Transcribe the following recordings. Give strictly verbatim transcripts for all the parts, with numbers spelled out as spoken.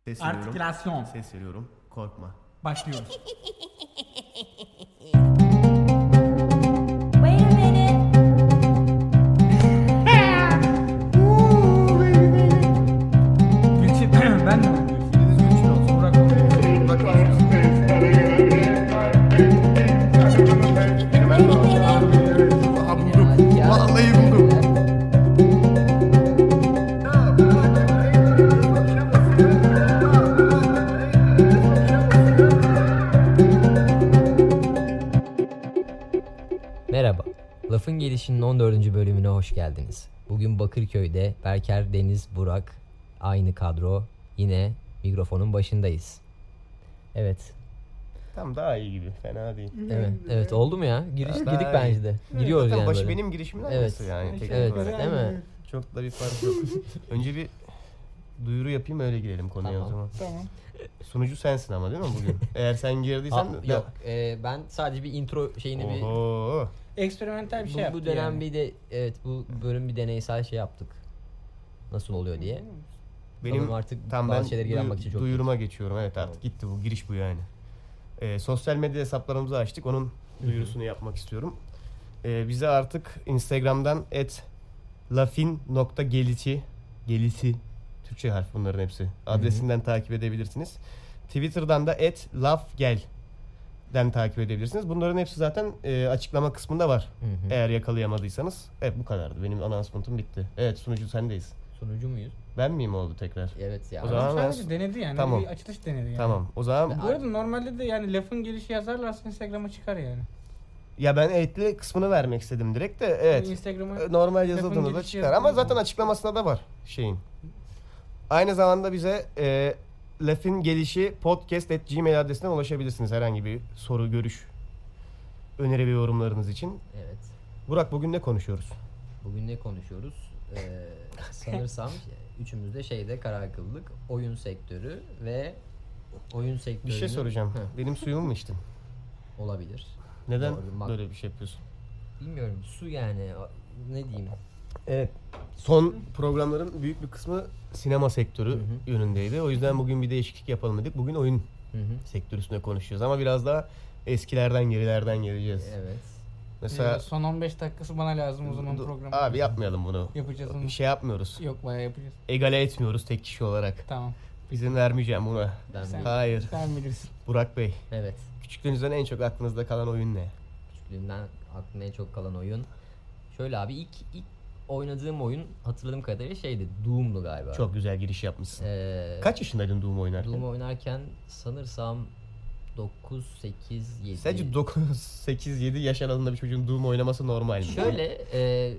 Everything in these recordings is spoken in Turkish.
Ses veriyorum. Artikülasyon. Ses veriyorum. Korkma. Başlıyoruz. Wait a minute. Gülçin, ben mi oynuyorum? Biriniz Gülçin olsun. Burak olsun. Bak Aha buldum. Vallahi buldum. Merhaba, Lafın Gelişi'nin on dördüncü bölümüne hoş geldiniz. Bugün Bakırköy'de Berker, Deniz, Burak, aynı kadro, yine mikrofonun başındayız. Evet, Tam daha iyi gibi. Fena değil. evet, evet oldu mu ya? Giriş Daha girdik iyi. bence de. Giriyoruz Zaten yani başı böyle. benim girişimin Evet. aynısı yani. teknik Evet, olarak. değil mi? Çok da bir fark yok. Önce bir duyuru yapayım, öyle girelim konuya Tamam. o zaman. Tamam. Sunucu sensin ama değil mi bugün? Eğer sen girdiysen... Ha, yok, e, ben sadece bir intro şeyini bir... Oho. Eksperimental bir şey Bu, yaptı bu dönem yani. bir de, evet bu bölüm bir deneysel şey yaptık. Nasıl oluyor diye. Benim Sanırım artık tam bazı ben şeyleri geri duyu- almak için çok duyuruma geçiyorum. Evet artık gitti bu giriş bu yani. Ee, sosyal medya hesaplarımızı açtık. Onun duyurusunu yapmak istiyorum. Ee, bize artık Instagram'dan et lafin nokta geliti geliti Türkçe harf bunların hepsi. Adresinden takip edebilirsiniz. Twitter'dan da et lafgel'den takip edebilirsiniz. Bunların hepsi zaten e, açıklama kısmında var. Hı hı. Eğer yakalayamadıysanız. Evet bu kadardı. Benim anonsmantum bitti. Evet sunucu sendeyiz. Sunucu muyuz? Ben miyim oldu tekrar? Evet ya. O zaman- Adam ben- sadece denedi yani. Tamam. Bir açılış denedi yani. Tamam. O zaman Bu arada normalde de yani lafın gelişi yazarlarsa Instagram'a çıkar yani. ya ben etli kısmını vermek istedim direkt de evet. Instagram'a E, Normal lafın yazıldığında da gelişi çıkar ama yazılıyor. zaten açıklamasında da var şeyin. Aynı zamanda bize e, lafın gelişi podcast at gmail adresinden ulaşabilirsiniz herhangi bir soru, görüş, öneri ve yorumlarınız için. Evet. Burak bugün ne konuşuyoruz? Bugün ne konuşuyoruz? Ee, sanırsam üçümüz de şeyde karar kıldık. Oyun sektörü ve oyun Bir sektörünün... şey soracağım. Hı, Benim suyumu mu içtin? olabilir. Neden Doğru, bak- böyle bir şey yapıyorsun? Bilmiyorum. Su yani. Ne diyeyim? Evet. Son programların büyük bir kısmı sinema sektörü Hı hı. yönündeydi. O yüzden bugün bir değişiklik yapalım dedik. Bugün oyun Hı hı. sektörü üstüne konuşacağız ama biraz daha eskilerden gerilerden geleceğiz. Evet. Mesela Ee, son on beş dakikası bana lazım o zaman Du- programı. Abi yapmayalım bunu. Yapacağız onu. Bir şey yapmıyoruz. Yok bayağı yapacağız. Egale etmiyoruz tek kişi olarak. Tamam. İzin vermeyeceğim buna. Ben Sen- bir- Hayır. Sen bilirsin. Burak Bey, Evet. küçüklüğünüzden en çok aklınızda kalan oyun ne? Küçüklüğümden aklımda en çok kalan oyun. Şöyle abi ilk ilk oynadığım oyun hatırladığım kadarıyla şeydi. Doom'du galiba. Çok güzel giriş yapmışsın. Ee, Kaç yaşındaydın Doom oynarken? Doom oynarken sanırsam dokuz, sekiz, yedi. Sence dokuz, sekiz, yedi yaş aralığında bir çocuğun Doom oynaması normal mi? Şöyle e,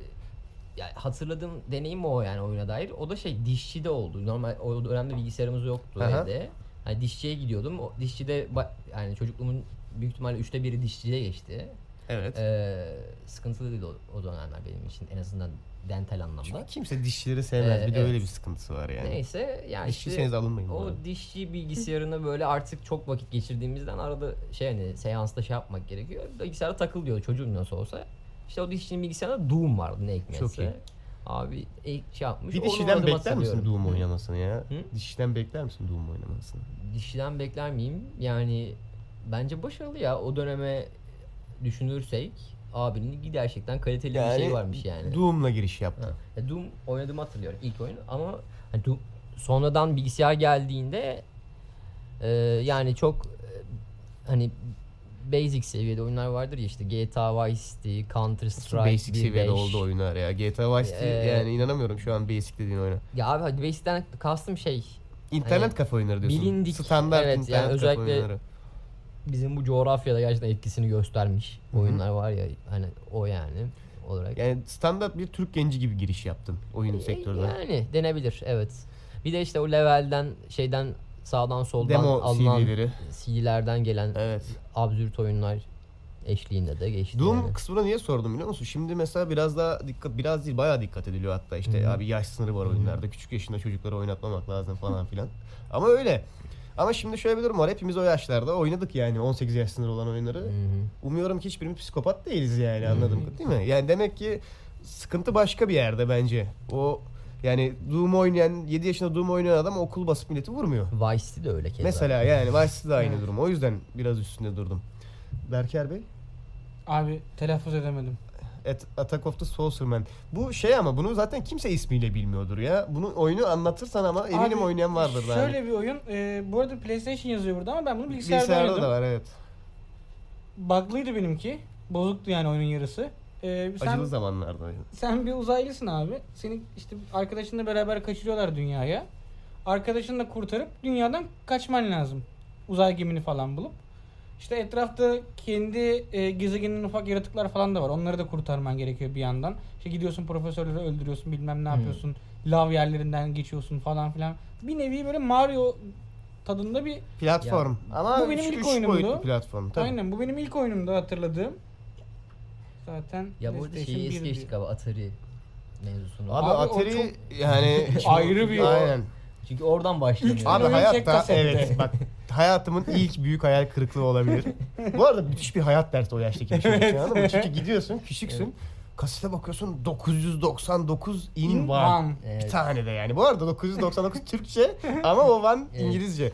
ya hatırladığım deneyim o yani oyuna dair. O da şey dişçide oldu. Normal o dönemde bilgisayarımız yoktu Aha. evde. Hani dişçiye gidiyordum. O dişçide ba- yani çocukluğumun büyük ihtimalle üçte biri dişçide geçti. Evet. Ee, sıkıntılıydı o, o dönemler benim için en azından dental anlamda. Çünkü kimse dişçileri sevmez. Ee, bir de evet. öyle bir sıkıntısı var yani. Neyse yani Dişçiyseniz işte alınmayın bu o arada. dişçi bilgisayarına böyle artık çok vakit geçirdiğimizden arada şey hani seansta şey yapmak gerekiyor. Bilgisayara takıl diyor çocuğun nasıl olsa. İşte o dişçinin bilgisayarında Doom vardı ne hikmetse. Çok iyi. Abi e, şey yapmış. Bir onu dişiden oynadım, bekler misin hatırlıyorum. Doom oynamasını ya? Hı? Dişiden bekler misin Doom oynamasını? Dişçiden bekler miyim? Yani bence başarılı ya. O döneme düşünürsek abinin gerçekten kaliteli bir şey varmış yani. Doom'la giriş yaptın. Ha. Ya Doom oynadığımı hatırlıyorum ilk oyun ama hani Doom, sonradan bilgisayar geldiğinde e, yani çok e, hani basic seviyede oyunlar vardır ya işte G T A Vice City, Counter Strike, Basic seviyede oldu oyunlar ya. G T A Vice City Ee, yani inanamıyorum şu an basic dediğin oyuna. Ya abi hadi basic'ten kastım şey İnternet hani kafe oyunları diyorsun. bilindik, Standart evet, internet yani kafe özellikle oyunları. bizim bu coğrafyada gerçekten etkisini göstermiş Hı hı. oyunlar var ya hani o yani olarak. Yani standart bir Türk genci gibi giriş yaptın oyun E, sektörüne. Yani denebilir evet. Bir de işte o levelden şeyden sağdan soldan Demo alınan C D'leri. C D'lerden gelen Evet. absürt oyunlar eşliğinde de geçti. Doom yani. kısmına niye sordum biliyor musun? Şimdi mesela biraz daha dikkat, biraz değil bayağı dikkat ediliyor hatta işte Hı hı. abi yaş sınırı var oyunlarda. Küçük yaşında çocukları oynatmamak lazım falan filan. Ama öyle. Ama şimdi şöyle bir durum var. Hepimiz o yaşlarda oynadık yani on sekiz yaş sınırı olan oyunları. Hı hı. Umuyorum ki hiçbirimiz psikopat değiliz yani anladım değil mi? Yani demek ki sıkıntı başka bir yerde bence. O Yani Doom oynayan, yedi yaşında Doom oynayan adam okul basıp milleti vurmuyor. Vice City de öyle keza. Mesela yani Vice City de aynı Evet. durum. O yüzden biraz üstünde durdum. Berker Bey? Abi telaffuz edemedim. At- Attack of the Sorcerer. Bu şey ama bunu zaten kimse ismiyle bilmiyordur ya. Bunu oyunu anlatırsan ama eminim Abi, oynayan vardır da. Şöyle hani. bir oyun. E, bu arada PlayStation yazıyor burada ama ben bunu bilgisayarda, Bilgisayarda oynadım. da var evet. Bug'lıydı benimki. Bozuktu yani oyunun yarısı. E, sen, Acılı zamanlarda. sen bir uzaylısın abi. Seni işte arkadaşınla beraber kaçırıyorlar dünyaya. Arkadaşını da kurtarıp dünyadan kaçman lazım. Uzay gemini falan bulup. İşte etrafta kendi e, gezegeninin ufak yaratıklar falan da var. Onları da kurtarman gerekiyor bir yandan. İşte gidiyorsun profesörleri öldürüyorsun, bilmem ne Hmm. yapıyorsun. Lav yerlerinden geçiyorsun falan filan. Bir nevi böyle Mario tadında bir... Platform. Ama Bu benim üç, ilk üç oyunumdu. boyutlu platform. Tabii. Aynen bu benim ilk oyunumda hatırladığım. Zaten Ya bu arada PlayStation şeyi es bir geçtik diyor. abi, Atari mevzusunu. Abi, Abi o Atari çok- yani Ayrı bir- Aynen. Çünkü oradan başlanıyor. Üç- Abi oyun tek hayatta kasette. evet bak hayatımın ilk büyük hayal kırıklığı olabilir. Bu arada müthiş bir hayat dersi o yaştaki bir şey için, anladın mı? Çünkü gidiyorsun küçüksün. Kasete bakıyorsun dokuz yüz doksan dokuz in In one. one. Evet. Bir tane de yani. Bu arada dokuz yüz doksan dokuz Türkçe ama o one Evet. İngilizce.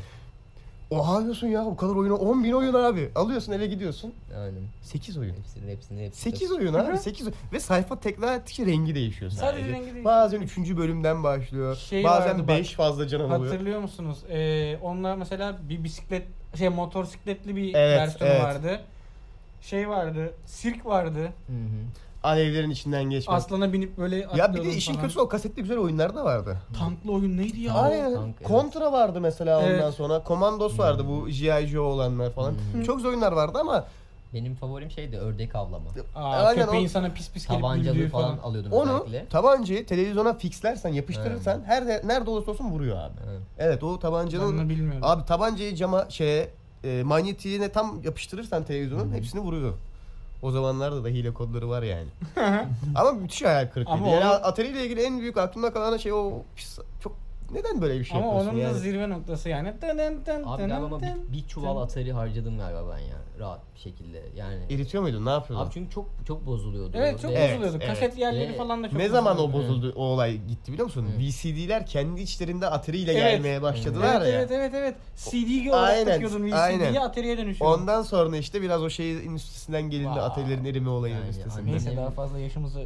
Oha diyorsun ya bu kadar oyunu on bin oyun abi. Alıyorsun eve gidiyorsun. Aynen. sekiz oyun. Hepsini hepsini hepsini. sekiz oyun abi. sekiz oyun. Ve sayfa tekrar ettikçe rengi değişiyor sadece. Sadece rengi değişiyor. Bazen üçüncü bölümden başlıyor. Şey Bazen vardı bak, beş fazla canın oluyor. Hatırlıyor musunuz? Ee, onlar mesela bir bisiklet, şey motosikletli bir Evet, versiyonu evet. vardı. Şey vardı, sirk vardı. Hı hı. Alevlerin içinden geçmek. Aslana binip böyle Ya bir de atlıyordun işin falan. kötüsü o kasette güzel oyunlar da vardı. Tanklı oyun neydi ya? Aynen. tank, evet. Kontra vardı mesela ondan Evet. sonra. Commandos vardı bu G I. Joe olanlar falan. Hmm. Çok güzel oyunlar vardı ama Benim favorim şeydi ördek avlama. Aa, Aynen, köpeğin o- sana pis pis gelip Tabancalı güldüğü falan falan. alıyordum onu özellikle. tabancayı televizyona fixlersen, yapıştırırsan her de, nerede olursa olsun vuruyor abi. Evet. Evet o Ben tabancanın onu bilmiyorum. abi tabancayı cama şeye e, manyetiğine tam yapıştırırsan televizyonun hepsini vuruyor. O zamanlarda da hile kodları var yani. Ama müthiş hayal kırıklığıydı. Ama Yani onu- Atari ile ilgili en büyük aklımda kalan şey o pis, çok neden böyle bir şey Ama yapıyorsun onun yani? da zirve noktası yani. Tın tın tın Abi tın galiba ama tın. bir, bir çuval Atari harcadım galiba ben ya. Rahat bir şekilde. Yani. İritiyor muydun? Ne yapıyordun? Abi çünkü çok çok bozuluyordu. Evet çok Ve- Evet, bozuluyordu. evet. Kaset yerleri Ve falan da çok Ne zaman o bozuluyordu. bozuldu, o olay gitti biliyor musun? Hı. V C D'ler kendi içlerinde Atari ile Evet. gelmeye başladılar Evet ya. evet evet evet. C D olarak Aynen, takıyordun V aynen. C D'yi Atari'ye dönüşüyordun. Ondan sonra işte biraz o şeyin üstesinden gelindi, Vay. Atari'lerin erime olayının Yani üstesinden. Neyse Annem- daha fazla yaşımızı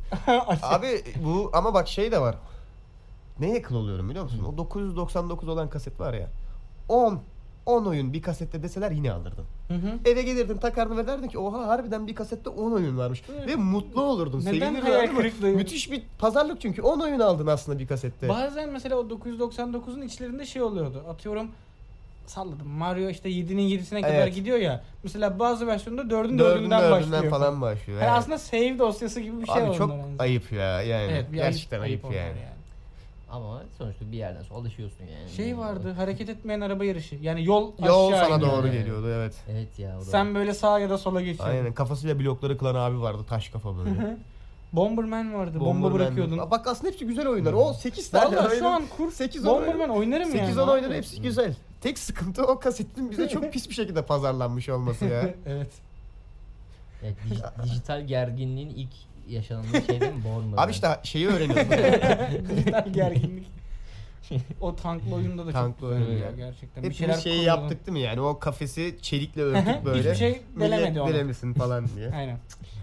Abi bu ama bak şey de var. Neye yakın oluyorum biliyor musun? O dokuz yüz doksan dokuz olan kaset var ya. on on oyun bir kasette deseler yine alırdın. Hı hı. Eve gelirdin takardın ve derdin ki oha harbiden bir kasette on oyun varmış. Evet. Ve mutlu olurdun. Neden sevinirdin, hayal anladın mı? kırıklığı? Müthiş bir pazarlık çünkü on oyun aldın aslında bir kasette. Bazen mesela o dokuz yüz doksan dokuzun içlerinde şey oluyordu. Atıyorum salladım. Mario işte yedinin yedisine kadar Evet. gidiyor ya. Mesela bazı versiyonda dördün Dördünden, dördünden dördünden başlıyor. falan başlıyor. Yani evet. aslında save dosyası gibi bir şey Abi var çok onlar aynı ayıp ya yani. Evet, bir Gerçekten ayıp, onlar yani. Ama sonuçta bir yerden sonra alışıyorsun yani. Şey vardı, hareket etmeyen araba yarışı. Yani yol Yol aşağı sana iniyor. doğru yani. geliyordu evet. Evet ya. O da. Sen böyle sağa ya da sola geçiyordun. Aynen kafasıyla blokları kılan abi vardı taş kafa böyle. Bomberman vardı. Bomba Bomberman. bırakıyordun. Aa, Bak aslında hepsi güzel oyunlar. O sekiz tane Vallahi oyun. şu an kur sekiz on Bomberman oynarım yani. sekiz on abi. oyunun hepsi güzel. Tek sıkıntı o kasetin bize çok pis bir şekilde pazarlanmış olması ya. Evet. Evet, dij- dijital gerginliğin ilk yaşandığı şey değil mi? Born'da. Abi işte şeyi öğreniyorsun. Dijital gerginlik. O tanklı oyunda da Tanklı çok oyun güzel ya. ya gerçekten. Hep bir şeyler şeyi kuruyordun. yaptık değil mi yani? O kafesi çelikle örtük böyle. Hiçbir şey delemedi Millet onu. delemesin falan diye. Aynen.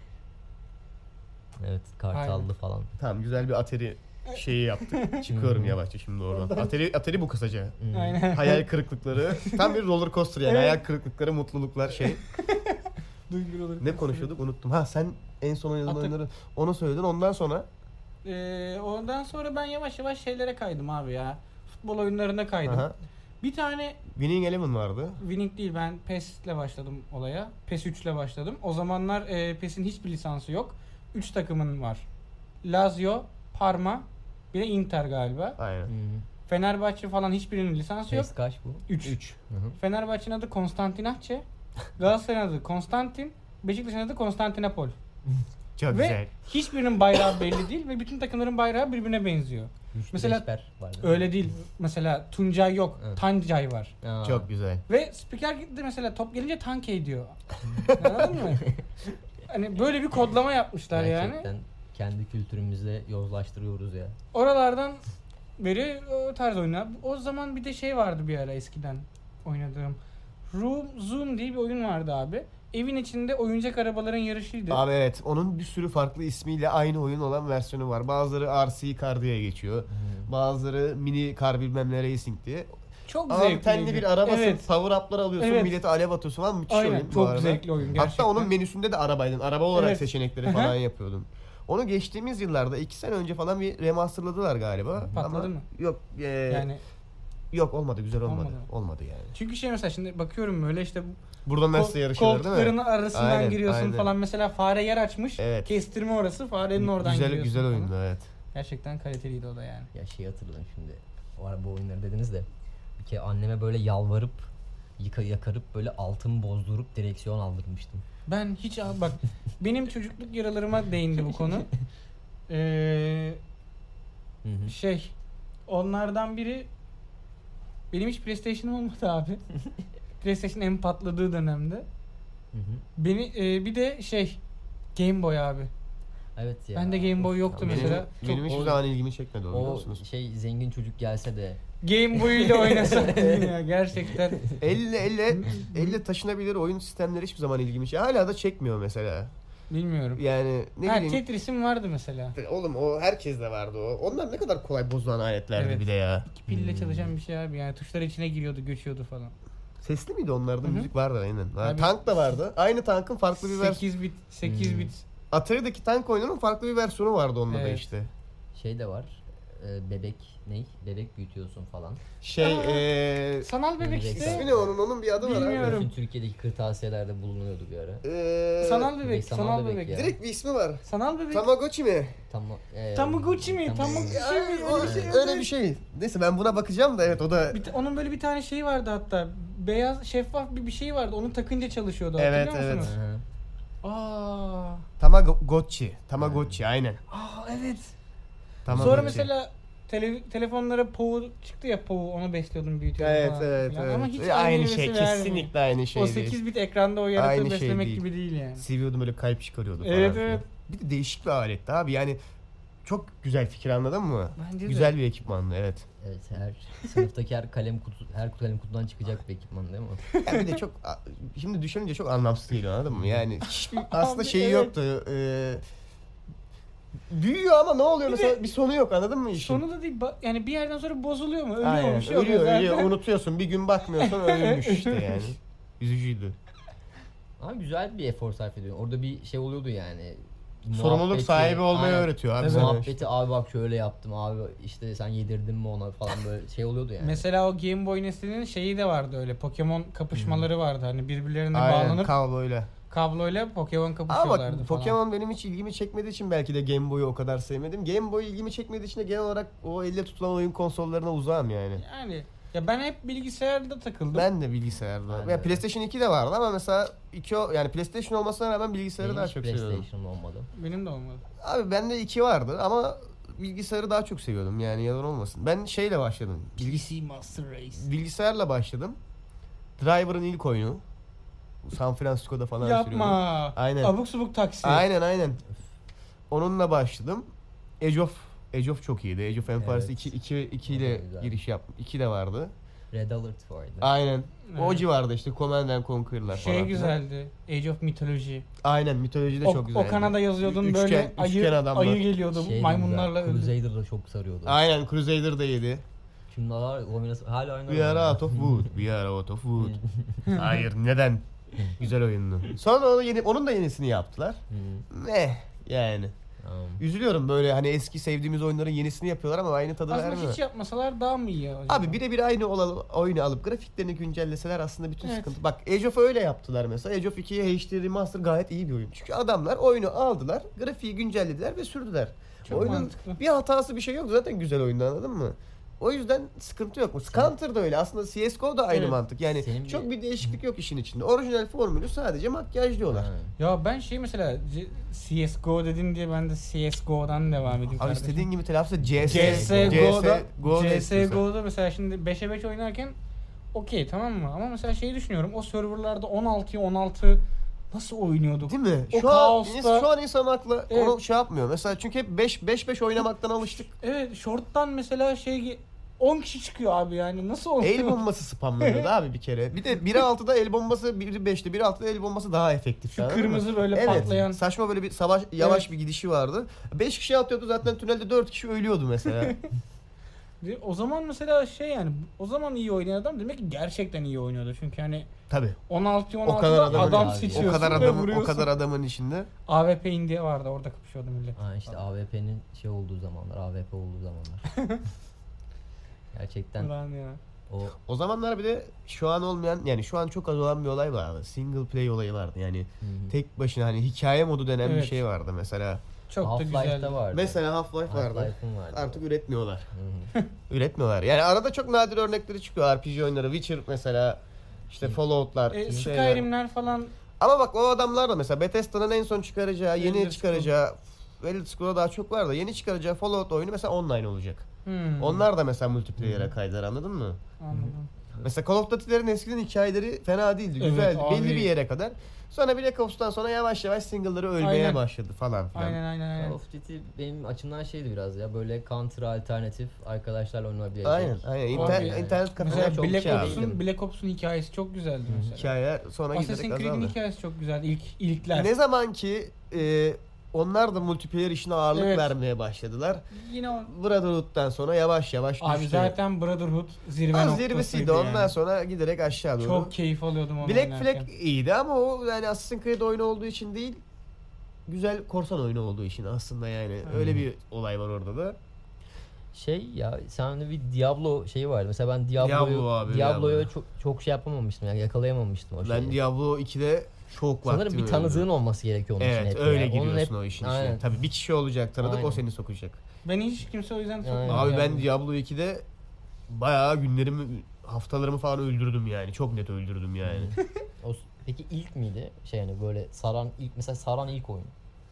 Evet, kartallı Aynen. falan. Tamam güzel bir Atari şeyi yaptık. Çıkıyorum yavaşça şimdi oradan. Atari, Atari bu kısaca. Hmm. Aynen. Hayal kırıklıkları. Tam bir roller coaster yani. Evet. Hayal kırıklıkları, mutluluklar şey. Duygu olarak. Ne konuşuyorduk unuttum. Ha sen en son oynadığın Atari- oyunları onu söyledin. Ondan sonra Ee, ondan sonra ben yavaş yavaş şeylere kaydım abi ya. Futbol oyunlarına kaydım. aha, Bir tane Winning Eleven vardı. Winning değil, ben P E S ile başladım olaya. P E S üç ile başladım. O zamanlar e, P E S'in hiçbir lisansı yok. üç takımın var. Lazio, Parma, bir de Inter galiba. Aynen. Hmm. Fenerbahçe falan hiçbirinin lisansı yok. Ses kaç bu? üç. üç. Hı hı. Fenerbahçe'nin adı Konstantinahçe. Galatasaray'ın adı Konstantin. Beşiktaş'ın adı Konstantinopol. Çok Ve güzel. hiçbirinin bayrağı belli değil ve bütün takımların bayrağı birbirine benziyor. Güçlü Mesela beşler vardı. Öyle değil. Mesela Tuncay yok. Evet. Tancay var. Aa. Çok güzel. Ve spiker gitti mesela top gelince Tankey diyor. Anladın mı? Hani böyle bir kodlama yapmışlar yani. Gerçekten. kendi kültürümüzle yozlaştırıyoruz ya. Oralardan beri o tarz oyunlar. O zaman bir de şey vardı bir ara eskiden oynadığım. Room Zoom diye bir oyun vardı abi. Evin içinde oyuncak arabaların yarışıydı. Abi evet, onun bir sürü farklı ismiyle aynı oyun olan versiyonu var. Bazıları R C Car diye geçiyor. Hmm. Bazıları Mini Car bilmem ne Racing diye. Çok Ama zevkliydi. tenli bir arabasın, Evet. power up'lar alıyorsun, Evet. millete alev atıyorsun falan, müthiş Aynen, oyun bu çok arada. zevkli oyun gerçekten. Hatta onun menüsünde de arabaydın. Araba olarak Evet. seçenekleri Hı hı. falan yapıyordun. Onu geçtiğimiz yıllarda iki sene önce falan bir remasterladılar galiba. Patladı Ama mı? Yok e, Yani yok olmadı, güzel olmadı. Olmadı. Olmadı yani. çünkü şey mesela şimdi bakıyorum böyle işte Buradan nasıl ko- yarışıyorlar değil mi? koltukların arasından Aynen, giriyorsun aynen. falan. Mesela fare yer açmış. Evet. Kestirme orası. Farenin oradan güzel, giriyorsun. güzel falan. oyundu evet. Gerçekten kaliteliydi o da yani. Ya şey hatırladım şimdi. O araba oyunları dediniz de. Bir kere anneme böyle yalvarıp yıka yakarıp böyle altın bozdurup direksiyon aldırmıştım. Ben hiç al- bak benim çocukluk yaralarıma değindi bu konu. Ee, Hı hı. şey onlardan biri benim hiç PlayStation'ım olmadı abi. PlayStation en patladığı dönemde. Hı hı. Beni e, bir de şey Game Boy abi. Evet ya. Bende Game Boy yoktu Benim, mesela. benim Çok- hiçbir o- zaman ilgimi çekmedi o, biliyor O musunuz? şey zengin çocuk gelse de Game Boy ile oynasam ya gerçekten. Elle elle elle taşınabilir oyun sistemleri hiçbir zaman ilgimi çekmedi. Hala da çekmiyor mesela. Bilmiyorum. Yani ne Ha, bileyim. Tetris'im vardı mesela. Oğlum o herkes de vardı o. Onlar ne kadar kolay bozulan aletlerdi Evet. bir de ya. İki pille Hmm. çalışan bir şey abi. Yani tuşlar içine giriyordu, göçüyordu falan. Sesli miydi onlarda? Hı hı. Müzik vardı aynen. Ha, Abi- tank da vardı. Aynı tankın farklı bir versiyonu. sekiz bit, sekiz Hmm. bit. Atari'deki tank oyununun farklı bir versiyonu vardı onda da Evet. işte. şey de var. e, bebek ney? Bebek büyütüyorsun falan. Şey Aa, eee Sanal bebek Direkt işte. ismi ne onun? Onun bir adı var Bilmiyorum. abi. Bütün Türkiye'deki kırtasiyelerde bulunuyordu bir ara. Eee Sanal bebek, Direkt sanal, sanal bebek. bebek ya. direkt bir ismi var. Sanal bebek. Tamagotchi mi? Tam e, Tamagotchi mi? tam- Tamagotchi. Ya, şey, o- öyle bir şey, öyle bir şey. Neyse ben buna bakacağım da evet o da Bir ta- onun böyle bir tane şeyi vardı hatta. Beyaz şeffaf bir bir şey vardı. Onu takınca çalışıyordu. Evet, Hatırlıyor evet. musunuz? Hı hı. Aa. Tamagotchi. Tamagotchi aynen. Aa evet. Tamagotchi. Sonra mesela tele, telefonlara Powu çıktı ya Powu onu besliyordum büyütüyordum Evet falan evet filan. evet. Ama hiç aynı, aynı şey hevesi vermiyor. kesinlikle aynı şey O değil. sekiz bit ekranda o yaratığı Aynı şey beslemek değil. gibi değil yani. Seviyordum böyle kalp çıkarıyordu falan. Evet filan. evet. Bir de değişik bir aletti abi yani çok güzel fikir, anladın mı? Bence de. Güzel bir ekipmandı evet. Evet, her sınıftaki her kalem kutu her kalem kutudan çıkacak bir ekipman değil mi? Ya bir de çok şimdi düşününce çok anlamsız geliyor, anladın mı? Yani hiçbir aslında Abi, şeyi evet. yoktu. Ee, büyüyor ama ne oluyor Bir mesela de- bir sonu yok, anladın mı işin? Sonu da değil ba- yani bir yerden sonra bozuluyor mu? Ölüyor mu? Aynen. Bir şey ölüyor, oluyor ölüyor, zaten. unutuyorsun. Bir gün bakmıyorsun ölmüş işte yani. Üzücüydü. Ama güzel bir efor sarf ediyor. Orada bir şey oluyordu yani. Sorumluluk Muhabbeti- sahibi olmayı Aynen. öğretiyor abi Evet. sana. Muhabbeti abi bak şöyle yaptım abi işte sen yedirdin mi ona falan böyle şey oluyordu yani. Mesela o Game Boy neslinin şeyi de vardı öyle. Pokemon kapışmaları vardı. Hani birbirlerine Aynen, bağlanıp kabloyla. kabloyla Pokemon Ama kapışıyorlardı bak falan. Pokemon benim hiç ilgimi çekmediği için belki de Game Boy'u o kadar sevmedim. Game Boy ilgimi çekmediği için de genel olarak o elle tutulan oyun konsollarına uzağım yani. Yani ya ben hep bilgisayarda takıldım. Ben de bilgisayarda. Ben Ya de. PlayStation iki de vardı ama mesela iki o yani PlayStation olmasına rağmen bilgisayarı Benim daha hiç çok seviyordum. PlayStation'ım olmadı. Benim de olmadı. Abi bende iki vardı ama bilgisayarı daha çok seviyordum yani, yalan olmasın. Ben şeyle başladım. Bilgis- P C Master Race. bilgisayarla başladım. Driver'ın ilk oyunu. San Francisco'da falan sürüyordum. Yapma. Aynen. Abuk subuk taksi. Aynen aynen. Onunla başladım. Age of Age of çok iyiydi. Age of Empires Evet. iki, iki, iki O da ile güzel. giriş yap. iki de vardı. Red Alert vardı. Aynen. O Evet. civarda işte Command and Conquer'lar falan. Şey filan. güzeldi. Age of Mythology. Aynen, mitoloji de O, çok güzeldi. o kanada yazıyordun Üçgen- böyle ayı, üçgen adamlar. ayı geliyordu Şey de maymunlarla güzel, öldü. Crusader da çok sarıyordu. Aynen, Crusader da yedi. Şimdi var oynası hala oynar. We are out of wood. We are out of wood. Hayır, neden? Güzel oyundu. Sonra onu yeni, onun da yenisini yaptılar. Hmm, Ne yani. tamam. Üzülüyorum böyle, hani eski sevdiğimiz oyunların yenisini yapıyorlar ama aynı tadı Aslında vermiyor. hiç yapmasalar daha mı iyi acaba? Abi birebir aynı olan oyunu alıp grafiklerini güncelleseler aslında bütün Evet. sıkıntı. Bak Age of öyle yaptılar mesela. Age of ikiye H D Remaster gayet iyi bir oyun. Çünkü adamlar oyunu aldılar, grafiği güncellediler ve sürdüler. Çok Oyunun mantıklı. bir hatası bir şey yok, zaten güzel oyunda, anladın mı? O yüzden sıkıntı yok. Counter da öyle. Aslında C S G O da aynı Evet. mantık. Yani Senin çok bir- bir değişiklik yok işin içinde. Orijinal formülü sadece makyajlıyorlar. Ha. Ya ben şey mesela C- CSGO dedin diye ben de C S G O'dan devam edeyim Abi kardeşim. istediğin gibi telaffuz et. C S CSGO'da Go ne istiyorsan. CSGO'da mesela şimdi beşe beş oynarken okey tamam mı? Ama mesela şeyi düşünüyorum. O serverlarda on altıya on altı nasıl oynuyorduk? Değil mi? O Şu an, kaosta- şu an insan aklı Evet. onu şey yapmıyor. Mesela çünkü hep beş beş oynamaktan alıştık. Evet, short'tan mesela şey on kişi çıkıyor abi yani nasıl oluyor? El bombası spamlanıyordu abi bir kere. Bir de biri altıda el bombası, biri beşte, biri altıda el bombası daha efektif. Şu anladın mı? kırmızı böyle Evet, patlayan. saçma böyle bir savaş yavaş Evet. bir gidişi vardı. beş kişi atıyordu zaten tünelde dört kişi ölüyordu mesela. O zaman mesela şey yani o zaman iyi oynayan adam demek ki gerçekten iyi oynuyordu. Çünkü hani Tabii. on altı on O kadar altıda adamın, adam abi. seçiyorsun o kadar ve adamın o vuruyorsun. kadar adamın içinde. A W P India vardı orada kapışıyordu millet. Ha işte A W P'nin şey olduğu zamanlar, A W P olduğu zamanlar. Gerçekten Ulan ya. o O zamanlar bir de şu an olmayan yani şu an çok az olan bir olay vardı. Single play olayı vardı. Yani Hı hı. tek başına hani hikaye modu denen bir Evet. şey vardı mesela. Çok da güzeldi. Half-Life'da vardı. Mesela Half-Life vardı. Half-Life'ın vardı. Artık üretmiyorlar. Hı hı. Üretmiyorlar. Yani arada çok nadir örnekleri çıkıyor. R P G oyunları, Witcher mesela, işte Fallout'lar, E, şeyler. Skyrim'ler falan Ama bak o adamlar da mesela Bethesda'nın en son çıkaracağı, yeni Elder çıkaracağı, Elder Scroll'a daha çok var da yeni çıkaracağı Fallout oyunu mesela online olacak. hmm, Onlar da mesela multiplayer'e kaydılar, anladın mı? anladım. Mesela Call of Duty'lerin eskiden hikayeleri fena değildi, Evet güzeldi abi. belli bir yere kadar. Sonra Black Ops'tan sonra yavaş yavaş single'ları ölmeye Aynen. başladı falan filan. Aynen aynen aynen. Call of Duty benim açımdan şeydi biraz ya böyle counter alternatif arkadaşlarla oynayabilecek. Aynen, aynen. İnter- Abi, internet kafeler Mesela çok Black şey abi. Ops'un Black Ops'un hikayesi çok güzeldi mesela. Hikayeler sonra Assassin's giderek Creed'in azaldı. hikayesi çok güzeldi. İlk ilkler. Ne zaman ki e, onlar da multiplayer işine ağırlık Evet. vermeye başladılar. Yine o. Brotherhood'dan sonra yavaş yavaş düştü. Abi zaten Brotherhood zirve Az noktasıydı zirvesiydi. Ondan yani. sonra giderek aşağı doğru. Çok keyif alıyordum onu Black oynarken. Flag iyiydi ama o yani Assassin's Creed oyunu olduğu için değil, güzel korsan oyunu olduğu için aslında yani. Öyle bir olay var orada da. Şey ya sende bir Diablo şeyi vardı. Mesela ben Diablo'yu Diablo abi, Diablo'ya Diablo. çok çok şey yapamamıştım yani yakalayamamıştım o şeyi. Ben Diablo ikide çok Sanırım vaktimi bir tanıdığın öldürdüm. olması gerekiyor onun için Evet hep öyle ya. Onun giriyorsun hep- o işin Aynen. içine. Tabii bir kişi olacak tanıdık, Aynen. o seni sokacak. Ben hiç kimse o yüzden Aynen. sokmadı. Abi ben yani. Diablo ikide bayağı günlerimi, haftalarımı falan öldürdüm yani. Çok net öldürdüm yani. O, peki ilk miydi? Şey yani böyle saran ilk mesela saran ilk oyun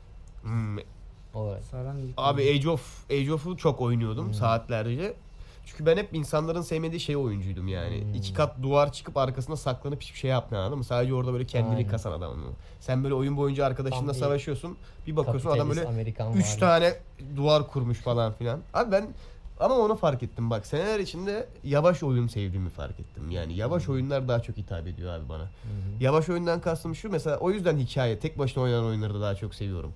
Hmm. olarak. Saran ilk Abi oyun. Age of Age of'u çok oynuyordum Hmm. saatlerce. Çünkü ben hep insanların sevmediği şey oyuncuydum yani. Hmm. İki kat duvar çıkıp arkasına saklanıp hiçbir şey yapmayan, anladın mı? Sadece orada böyle kendini Aynen. kasan adam mı? Sen böyle oyun boyunca arkadaşınla Tam bir savaşıyorsun. Bir bakıyorsun adam Kapitalist böyle Amerikan üç vari. tane duvar kurmuş falan filan. Abi ben ama onu fark ettim bak. Seneler içinde yavaş oyun sevdiğimi fark ettim. Yani yavaş Hmm. oyunlar daha çok hitap ediyor abi bana. Hı hı. Yavaş oyundan kastım şu, mesela o yüzden hikaye, tek başına oynanan oyunları da daha çok seviyorum.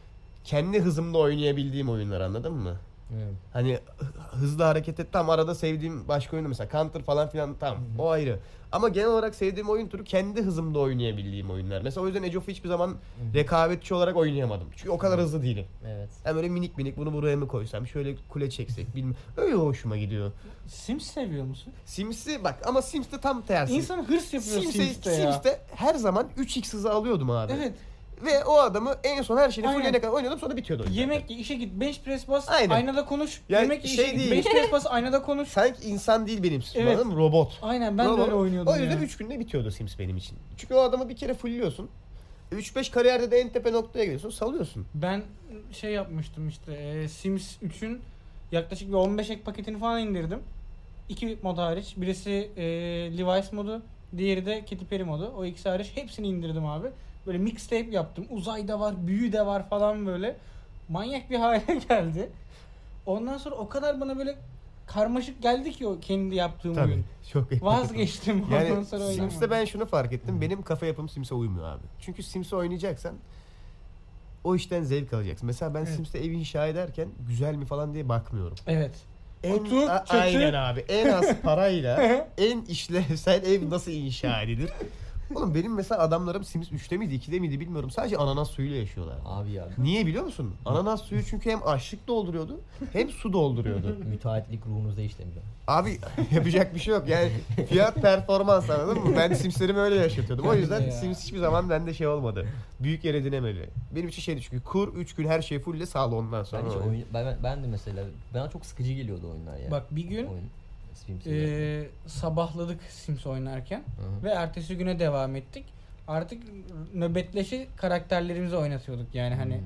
Kendi hızımda oynayabildiğim oyunlar, anladın mı? Evet. Hani hı- hızlı hareket et, tam arada sevdiğim başka oyunu mesela Counter falan filan, tam o ayrı. Ama genel olarak sevdiğim oyun türü kendi hızımda oynayabildiğim oyunlar. Mesela o yüzden Age of'u hiçbir zaman rekabetçi olarak oynayamadım. Çünkü o kadar hızlı değilim. Evet. Hem böyle minik minik bunu buraya mı koysam, şöyle kule çeksek bilmem. Öyle hoşuma gidiyor. Sims seviyor musun? Sims'i bak ama Sims'te tam tersi. İnsan hırs yapıyor Sims'te, Sims'te ya. Sims'te her zaman üç x hızı alıyordum abi. Evet. Ve o adamı en son her şeyini Aynen. fulleyene kadar oynuyordum, sonra bitiyordu oyun zaten. Yemek ye, işe git, bench press bas, Aynen. aynada konuş. Yani Yemek ye, şey işe git, değil. bench press bas, aynada konuş. Sanki insan değil benim Sims, Evet. anladın mı? Robot. Aynen ben de Robot. öyle oynuyordum O yüzden ya. üç günde bitiyordu Sims benim için. Çünkü o adamı bir kere fullliyorsun. üç beş kariyerde de en tepe noktaya geliyorsun, salıyorsun. Ben şey yapmıştım işte e, Sims üçün yaklaşık bir on beş ek paketini falan indirdim. İki mod hariç. Birisi e, Levi's modu, diğeri de Katy Perry modu. O ikisi hariç hepsini indirdim abi. Böyle mixtape yaptım. Uzayda var, büyü de var falan böyle. Manyak bir hale geldi. Ondan sonra o kadar bana böyle karmaşık geldi ki o kendi yaptığım oyun. Çok Vazgeçtim ondan Yani sonra oynamadım. Sims'te ben şunu fark ettim. Benim kafa yapım Sims'e uymuyor abi. Çünkü Sims'e oynayacaksan o işten zevk alacaksın. Mesela ben Evet. Sims'te ev inşa ederken güzel mi falan diye bakmıyorum. Evet. En, Kutu, a- çatı. aynen abi. En az parayla en işlevsel ev nasıl inşa edilir? Oğlum benim mesela adamlarım Sims üçte miydi, ikide miydi bilmiyorum. Sadece ananas suyuyla yaşıyorlar. Abi ya. Niye biliyor musun? Ananas suyu çünkü hem açlık dolduruyordu hem su dolduruyordu. Müteahhitlik ruhunuzda işlemiyor. Abi yapacak bir şey yok. Yani fiyat performans, anladın mı? Ben Sims'lerimi öyle yaşatıyordum. O yüzden Ya. Sims hiçbir zaman bende şey olmadı. Büyük yer edinemedi. Benim için şeydi çünkü kur üç gün her şeyi fulle sağla ondan sonra. Ben, hiç oyun. oyun, ben, ben de mesela bana çok sıkıcı geliyordu oyunlar ya. Bak bir gün Oyun, Sims e, sabahladık Sims oynarken Hı hı. ve ertesi güne devam ettik. Artık nöbetleşi karakterlerimizi oynatıyorduk yani hani Hmm.